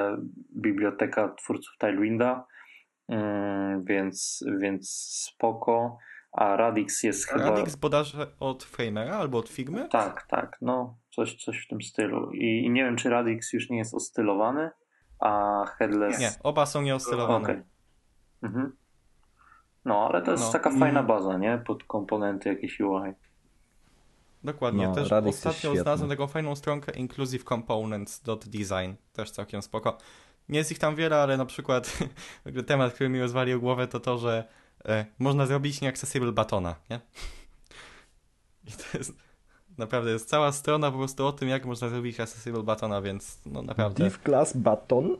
Speaker 2: biblioteka twórców Tailwinda, więc, więc spoko. a Radix jest chyba...
Speaker 3: Radix bodajże od Framera albo od Figmy?
Speaker 2: Tak, tak, no coś, coś w tym stylu. I, I nie wiem, czy Radix już nie jest ostylowany, a Headless...
Speaker 3: Nie, oba są nieostylowane.
Speaker 2: Okej. Mhm. No, ale to jest
Speaker 3: No.
Speaker 2: taka fajna baza, nie? Pod komponenty jakieś U I.
Speaker 3: Dokładnie,
Speaker 1: No,
Speaker 3: też
Speaker 1: Radix jest
Speaker 3: ostatnio
Speaker 1: świetny.
Speaker 3: znalazłem taką fajną stronkę inclusive components dot design, też całkiem spoko. Nie jest ich tam wiele, ale na przykład temat, który mi rozwalił głowę, to to, że e, można zrobić nieaccessible batona, nie? I to jest naprawdę, jest cała strona po prostu o tym, jak można zrobić accessible batona, więc no naprawdę.
Speaker 1: Div class button?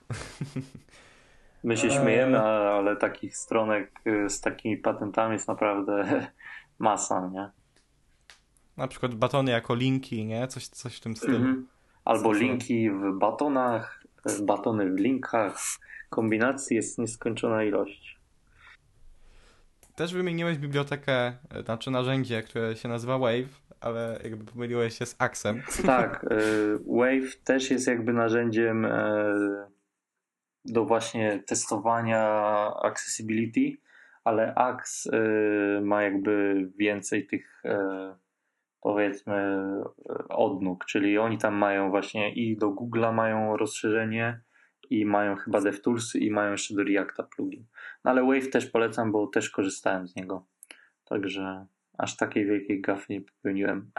Speaker 2: My się
Speaker 3: Eee.
Speaker 2: śmiejemy, ale, ale takich stronek y, z takimi patentami jest naprawdę masa, nie?
Speaker 3: Na przykład batony jako linki, nie? Coś, coś w tym stylu.
Speaker 2: Mhm. Albo
Speaker 3: Co-
Speaker 2: linki w batonach, y, batony w linkach. Kombinacji jest nieskończona ilość.
Speaker 3: Też wymieniłeś bibliotekę, e, znaczy narzędzie, które się nazywa Wave, ale jakby pomyliłeś się z Axem.
Speaker 2: Tak, y, Wave też jest jakby narzędziem y, do właśnie testowania accessibility, ale Axe y, ma jakby więcej tych y, powiedzmy y, odnóg, czyli oni tam mają właśnie i do Google'a mają rozszerzenie i mają chyba DevToolsy i mają jeszcze do Reacta plugin. No ale Wave też polecam, bo też korzystałem z niego. Także aż takiej wielkiej gafy nie popełniłem.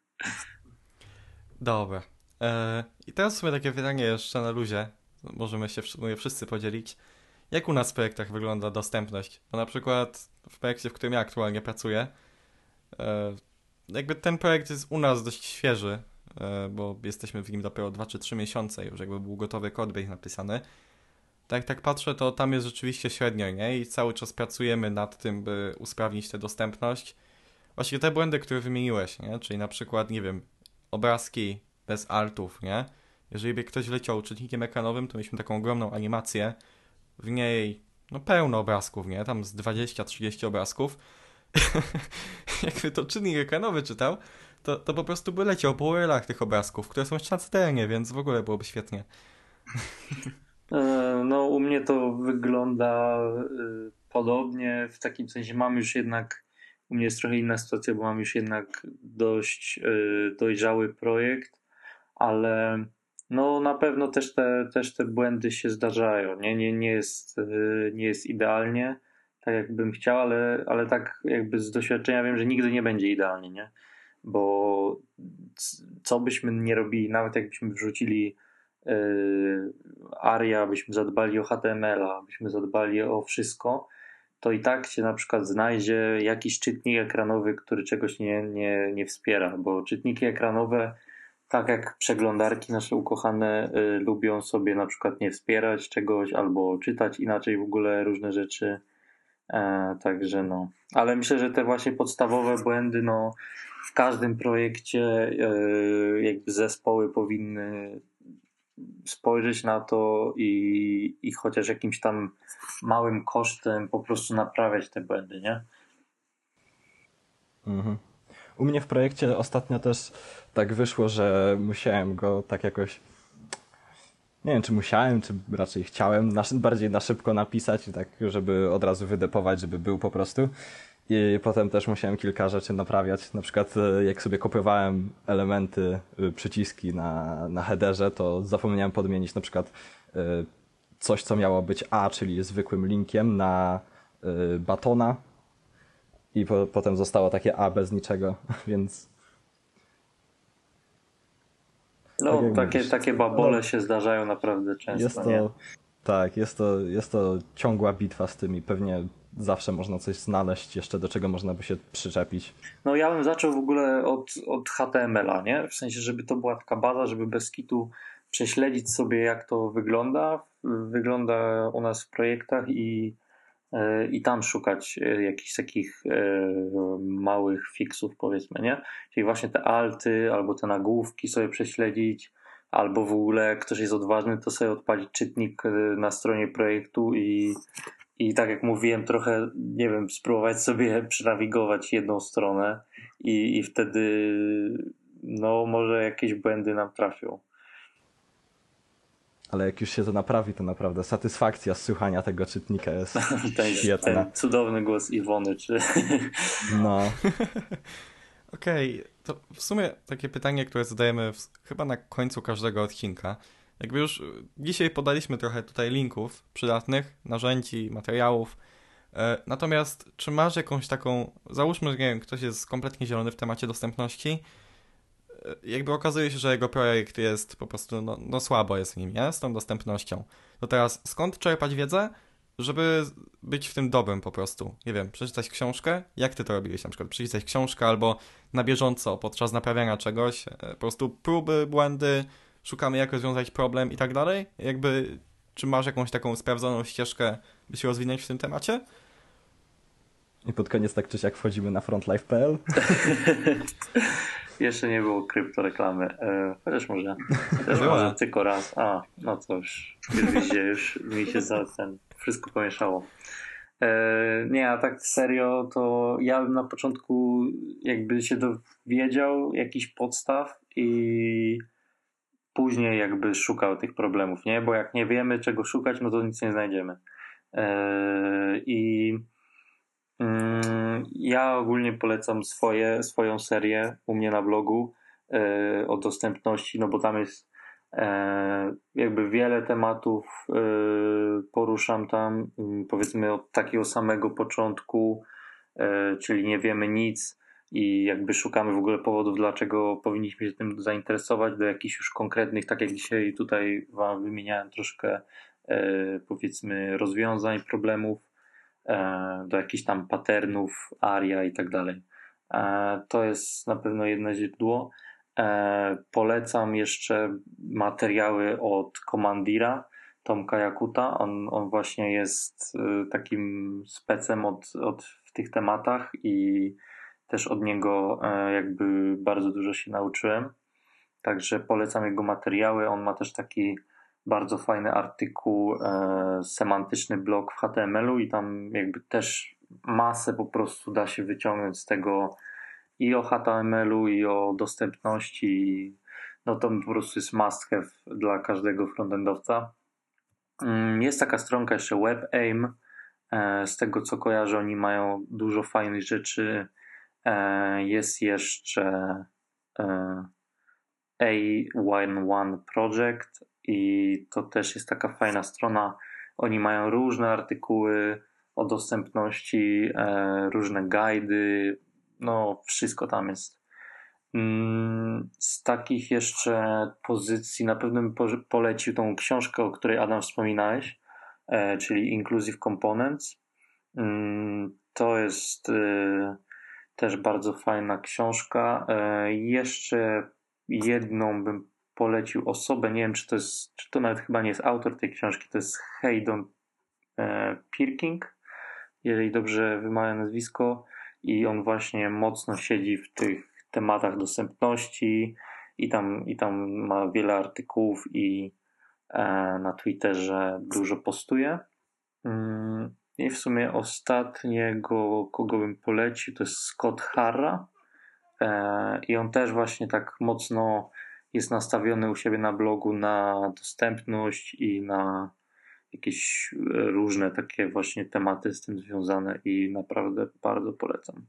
Speaker 3: Dobra. E, I teraz w sumie takie pytanie jeszcze na luzie. Możemy się w sumie wszyscy podzielić. Jak u nas w projektach wygląda dostępność? Bo na przykład w projekcie, w którym ja aktualnie pracuję, e, jakby ten projekt jest u nas dość świeży, e, bo jesteśmy w nim dopiero dwa czy trzy miesiące, już jakby był gotowy codebase napisany. Tak jak tak patrzę, to tam jest rzeczywiście średnio, nie? I cały czas pracujemy nad tym, by usprawnić tę dostępność. Właśnie te błędy, które wymieniłeś, nie? Czyli na przykład, nie wiem, obrazki bez altów, nie? Jeżeli by ktoś wleciał czytnikiem ekranowym, to mieliśmy taką ogromną animację, w niej no pełno obrazków, nie? Tam z dwadzieścia trzydzieści obrazków. Jakby to czytnik ekranowy czytał, to, to po prostu by leciał po U R L-ach tych obrazków, które są jeszcze na C T R-nie, więc w ogóle byłoby świetnie.
Speaker 2: E, No, u mnie to wygląda y, podobnie, w takim sensie mam już jednak, u mnie jest trochę inna sytuacja, bo mam już jednak dość y, dojrzały projekt, ale no na pewno też te, też te błędy się zdarzają, nie, nie, nie jest, y, nie jest idealnie, tak jakbym chciał, ale, ale tak jakby z doświadczenia wiem, że nigdy nie będzie idealnie, nie, bo c- co byśmy nie robili, nawet jakbyśmy wrzucili Yy, Aria, byśmy zadbali o H T M L a, byśmy zadbali o wszystko, to i tak się na przykład znajdzie jakiś czytnik ekranowy, który czegoś nie, nie, nie wspiera, bo czytniki ekranowe, tak jak przeglądarki nasze ukochane, y, lubią sobie na przykład nie wspierać czegoś albo czytać inaczej w ogóle różne rzeczy. E, także no. Ale myślę, że te właśnie podstawowe błędy, no w każdym projekcie y, jakby zespoły powinny spojrzeć na to i, i chociaż jakimś tam małym kosztem po prostu naprawiać te błędy, nie?
Speaker 1: Mhm. U mnie w projekcie ostatnio też tak wyszło, że musiałem go tak jakoś, nie wiem czy musiałem, czy raczej chciałem na, bardziej na szybko napisać, tak żeby od razu wydepować, żeby był po prostu. I potem też musiałem kilka rzeczy naprawiać. Na przykład e, jak sobie kopiowałem elementy, y, przyciski na, na headerze, to zapomniałem podmienić na przykład y, coś, co miało być A, czyli zwykłym linkiem na y, batona i po, potem zostało takie A bez niczego, więc
Speaker 2: No
Speaker 1: Tak jak
Speaker 2: takie,
Speaker 1: mówisz.
Speaker 2: takie babole
Speaker 1: No.
Speaker 2: się zdarzają naprawdę często,
Speaker 1: jest
Speaker 2: nie?
Speaker 1: to, tak, jest to, jest to ciągła bitwa z tym i pewnie zawsze można coś znaleźć jeszcze, do czego można by się przyczepić.
Speaker 2: No ja bym zaczął w ogóle od, od H T M L a, nie? W sensie, żeby to była taka baza, żeby bez kitu prześledzić sobie, jak to wygląda, wygląda u nas w projektach i, e, i tam szukać e, jakichś takich e, małych fixów, powiedzmy, nie? Czyli właśnie te alty albo te nagłówki sobie prześledzić, albo w ogóle jak ktoś jest odważny, to sobie odpalić czytnik e, na stronie projektu i I tak jak mówiłem, trochę, nie wiem, spróbować sobie przenawigować jedną stronę i, i wtedy no może jakieś błędy nam trafią.
Speaker 1: ale jak już się to naprawi, to naprawdę satysfakcja z słuchania tego czytnika jest
Speaker 2: ten,
Speaker 1: świetna.
Speaker 2: ten cudowny głos Iwony, czy...
Speaker 1: No.
Speaker 3: Okej, okay, to w sumie takie pytanie, które zadajemy w, chyba na końcu każdego odcinka. Jakby już dzisiaj podaliśmy trochę tutaj linków przydatnych, narzędzi, materiałów. E, natomiast czy masz jakąś taką, załóżmy, że nie wiem, ktoś jest kompletnie zielony w temacie dostępności, e, jakby okazuje się, że jego projekt jest po prostu, no, no słabo jest w nim, nie? Z tą dostępnością. To teraz skąd czerpać wiedzę, żeby być w tym dobrym po prostu? Nie wiem, przeczytać książkę? Jak ty to robiłeś? Na przykład przeczytać książkę albo na bieżąco podczas naprawiania czegoś, po prostu próby, błędy, szukamy jak rozwiązać problem i tak dalej? Jakby, czy masz jakąś taką sprawdzoną ścieżkę, by się rozwinąć w tym temacie?
Speaker 1: I pod koniec tak czy siak wchodzimy na frontlife kropka p l.
Speaker 2: Jeszcze nie było kryptoreklamy. E, chociaż może, chociaż może tylko raz. A, no to już, już widzicie, już mi się za ten wszystko pomieszało. E, nie, a tak serio, to ja bym na początku jakby się dowiedział jakichś podstaw i później jakby szukał tych problemów, nie? Bo jak nie wiemy czego szukać, no to nic nie znajdziemy. E, I ja ogólnie polecam swoje, swoją serię u mnie na blogu e, o dostępności, no bo tam jest e, jakby wiele tematów e, poruszam tam, powiedzmy od takiego samego początku, e, czyli nie wiemy nic i jakby szukamy w ogóle powodów, dlaczego powinniśmy się tym zainteresować, do jakichś już konkretnych, tak jak dzisiaj tutaj wam wymieniałem troszkę e, powiedzmy rozwiązań, problemów, do jakichś tam patternów, aria i tak dalej. To jest na pewno jedno źródło. Polecam jeszcze materiały od Commandira, Tomka Jakuta. On, on właśnie jest takim specem od, od, w tych tematach i też od niego jakby bardzo dużo się nauczyłem. Także polecam jego materiały. On ma też taki bardzo fajny artykuł, e, semantyczny blog w H T M L u i tam jakby też masę po prostu da się wyciągnąć z tego i o H T M L u i o dostępności. No to po prostu jest must have dla każdego frontendowca. Jest taka stronka jeszcze WebAIM. E, z tego co kojarzę, oni mają dużo fajnych rzeczy. E, jest jeszcze e, A jeden Project i to też jest taka fajna strona. Oni mają różne artykuły o dostępności, e, różne guidy, no wszystko tam jest. Mm, z takich jeszcze pozycji na pewno bym polecił tą książkę, o której Adam wspominałeś, e, czyli Inclusive Components. Mm, to jest e, też bardzo fajna książka. E, jeszcze jedną bym polecił osobę, nie wiem czy to jest, czy to nawet chyba nie jest autor tej książki, to jest Haydon e, Pirking, jeżeli dobrze wymawiam nazwisko, i on właśnie mocno siedzi w tych tematach dostępności i tam, i tam ma wiele artykułów i e, na Twitterze dużo postuje. Mm, i w sumie ostatniego, kogo bym polecił, to jest Scott Harra e, i on też właśnie tak mocno jest nastawiony u siebie na blogu na dostępność i na jakieś różne takie właśnie tematy z tym związane i naprawdę bardzo polecam.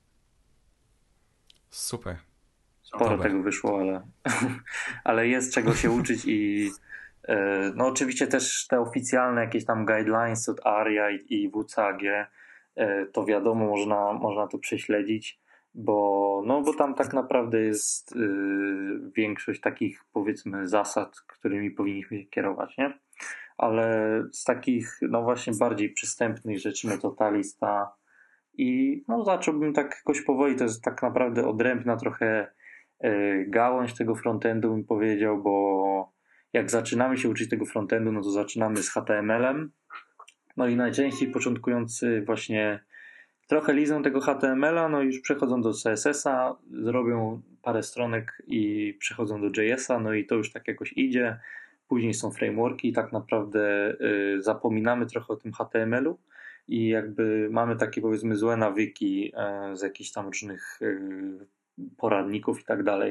Speaker 3: Super.
Speaker 2: Sporo
Speaker 3: Dobra.
Speaker 2: tego wyszło, ale, ale jest czego się uczyć i no oczywiście też te oficjalne jakieś tam guidelines od aria i W C G, to wiadomo, można, można to prześledzić, bo, no, bo tam tak naprawdę jest yy, większość takich powiedzmy zasad, którymi powinniśmy się kierować, nie? Ale z takich no właśnie bardziej przystępnych rzeczy, no to ta lista i no zacząłbym tak jakoś powoli, to jest tak naprawdę odrębna trochę yy, gałąź tego frontendu bym powiedział, bo jak zaczynamy się uczyć tego frontendu, no to zaczynamy z H T M L em, no i najczęściej początkujący właśnie trochę lizą tego H T M L a, no i już przechodzą do C S S a, zrobią parę stronek i przechodzą do J S a, no i to już tak jakoś idzie. Później są frameworki i tak naprawdę y, zapominamy trochę o tym H T M L u i jakby mamy takie powiedzmy złe nawyki y, z jakichś tam różnych y, poradników i tak dalej,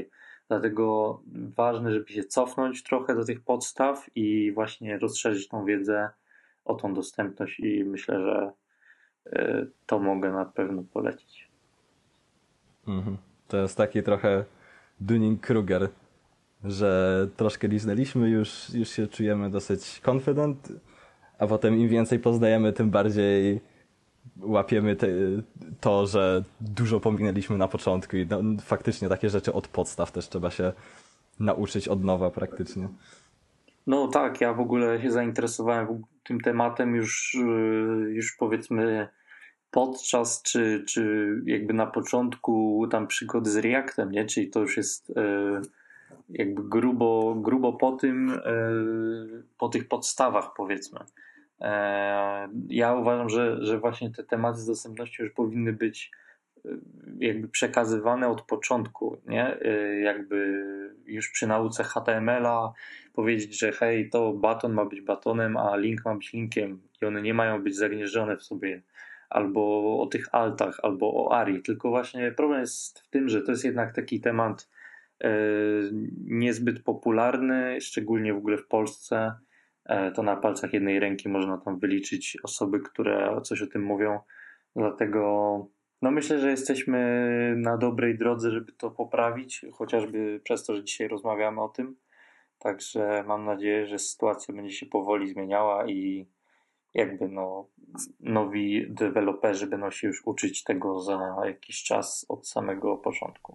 Speaker 2: Dlatego ważne, żeby się cofnąć trochę do tych podstaw i właśnie rozszerzyć tą wiedzę o tą dostępność i myślę, że y, to mogę na pewno polecić.
Speaker 1: Mhm. To jest taki trochę Dunning-Kruger, że troszkę liznęliśmy, już, już się czujemy dosyć confident, a potem im więcej poznajemy, tym bardziej łapiemy te, to, że dużo pominęliśmy na początku i no, faktycznie takie rzeczy od podstaw też trzeba się nauczyć od nowa praktycznie.
Speaker 2: No tak, ja w ogóle się zainteresowałem tym tematem już, już powiedzmy podczas czy, czy jakby na początku tam przygody z Reactem, nie? Czyli to już jest jakby grubo, grubo po tym, po tych podstawach powiedzmy. Ja uważam, że, że właśnie te tematy z dostępnością już powinny być jakby przekazywane od początku, nie? Jakby już przy nauce H T M L a powiedzieć, że hej, to baton ma być batonem, a link ma być linkiem i one nie mają być zagnieżdżone w sobie, albo o tych altach, albo o A R I, tylko właśnie problem jest w tym, że to jest jednak taki temat niezbyt popularny, szczególnie w ogóle w Polsce. To na palcach jednej ręki można tam wyliczyć osoby, które coś o tym mówią. Dlatego no myślę, że jesteśmy na dobrej drodze, żeby to poprawić, chociażby przez to, że dzisiaj rozmawiamy o tym. Także mam nadzieję, że sytuacja będzie się powoli zmieniała i jakby no nowi deweloperzy będą się już uczyć tego za jakiś czas od samego początku.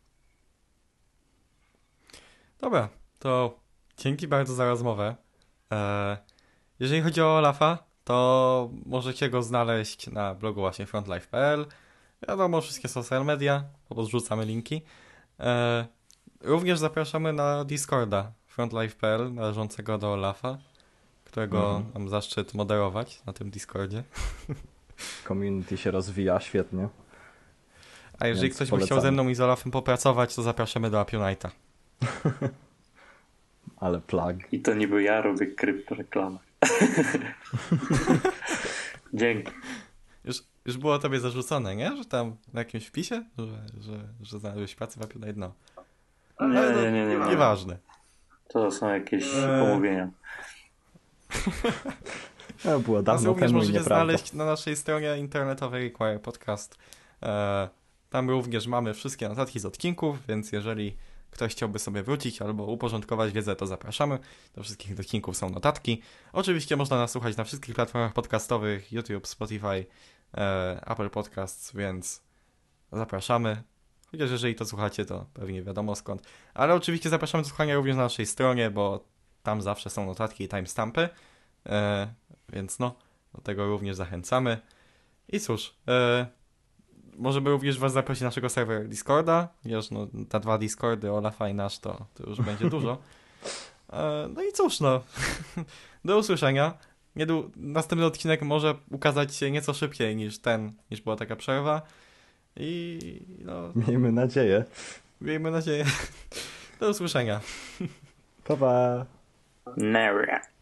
Speaker 3: Dobra, to dzięki bardzo za rozmowę. Jeżeli chodzi o Olafa, to możecie go znaleźć na blogu właśnie frontlife kropka p l. Wiadomo, wszystkie social media, podrzucamy linki. Również zapraszamy na Discorda frontlife kropka p l należącego do Olafa, którego mhm. mam zaszczyt moderować na tym Discordzie.
Speaker 1: Community się rozwija świetnie.
Speaker 3: A jeżeli Więc ktoś by polecamy. Chciał ze mną i z Olafem popracować, to zapraszamy do Apionite'a.
Speaker 1: Ale plug.
Speaker 2: I to niby ja robię kryptoreklamę. Dzięki.
Speaker 3: Już, już było tobie zarzucone, nie? Że tam na jakimś wpisie, że, że, że znalazłeś pracę w Apionite, no.
Speaker 2: Ale nie, nie, nie, nie, nie.
Speaker 3: Nieważne.
Speaker 2: To są jakieś eee. pomówienia.
Speaker 1: No, było dawno
Speaker 3: również
Speaker 1: temu
Speaker 3: możecie
Speaker 1: nieprawda.
Speaker 3: znaleźć na naszej stronie internetowej Quire Podcast. E, tam również mamy wszystkie notatki z odcinków, więc jeżeli ktoś chciałby sobie wrócić albo uporządkować wiedzę, to zapraszamy. Do wszystkich odcinków są notatki. Oczywiście można nas słuchać na wszystkich platformach podcastowych, YouTube, Spotify, e, Apple Podcasts, więc zapraszamy. Chociaż jeżeli to słuchacie, to pewnie wiadomo skąd. Ale oczywiście zapraszamy do słuchania również na naszej stronie, bo tam zawsze są notatki i timestampy. E, więc no, do tego również zachęcamy. I cóż, e, może by również was zaprosić na naszego serwera Discorda. Wiesz, no, te dwa Discordy, Olafa i nasz, to, to już będzie dużo. E, no i cóż, no. Do usłyszenia. Niedu- następny odcinek może ukazać się nieco szybciej niż ten, niż była taka przerwa. I no...
Speaker 1: Miejmy nadzieję.
Speaker 3: Miejmy nadzieję. Do usłyszenia.
Speaker 1: Pa, pa.
Speaker 2: Never.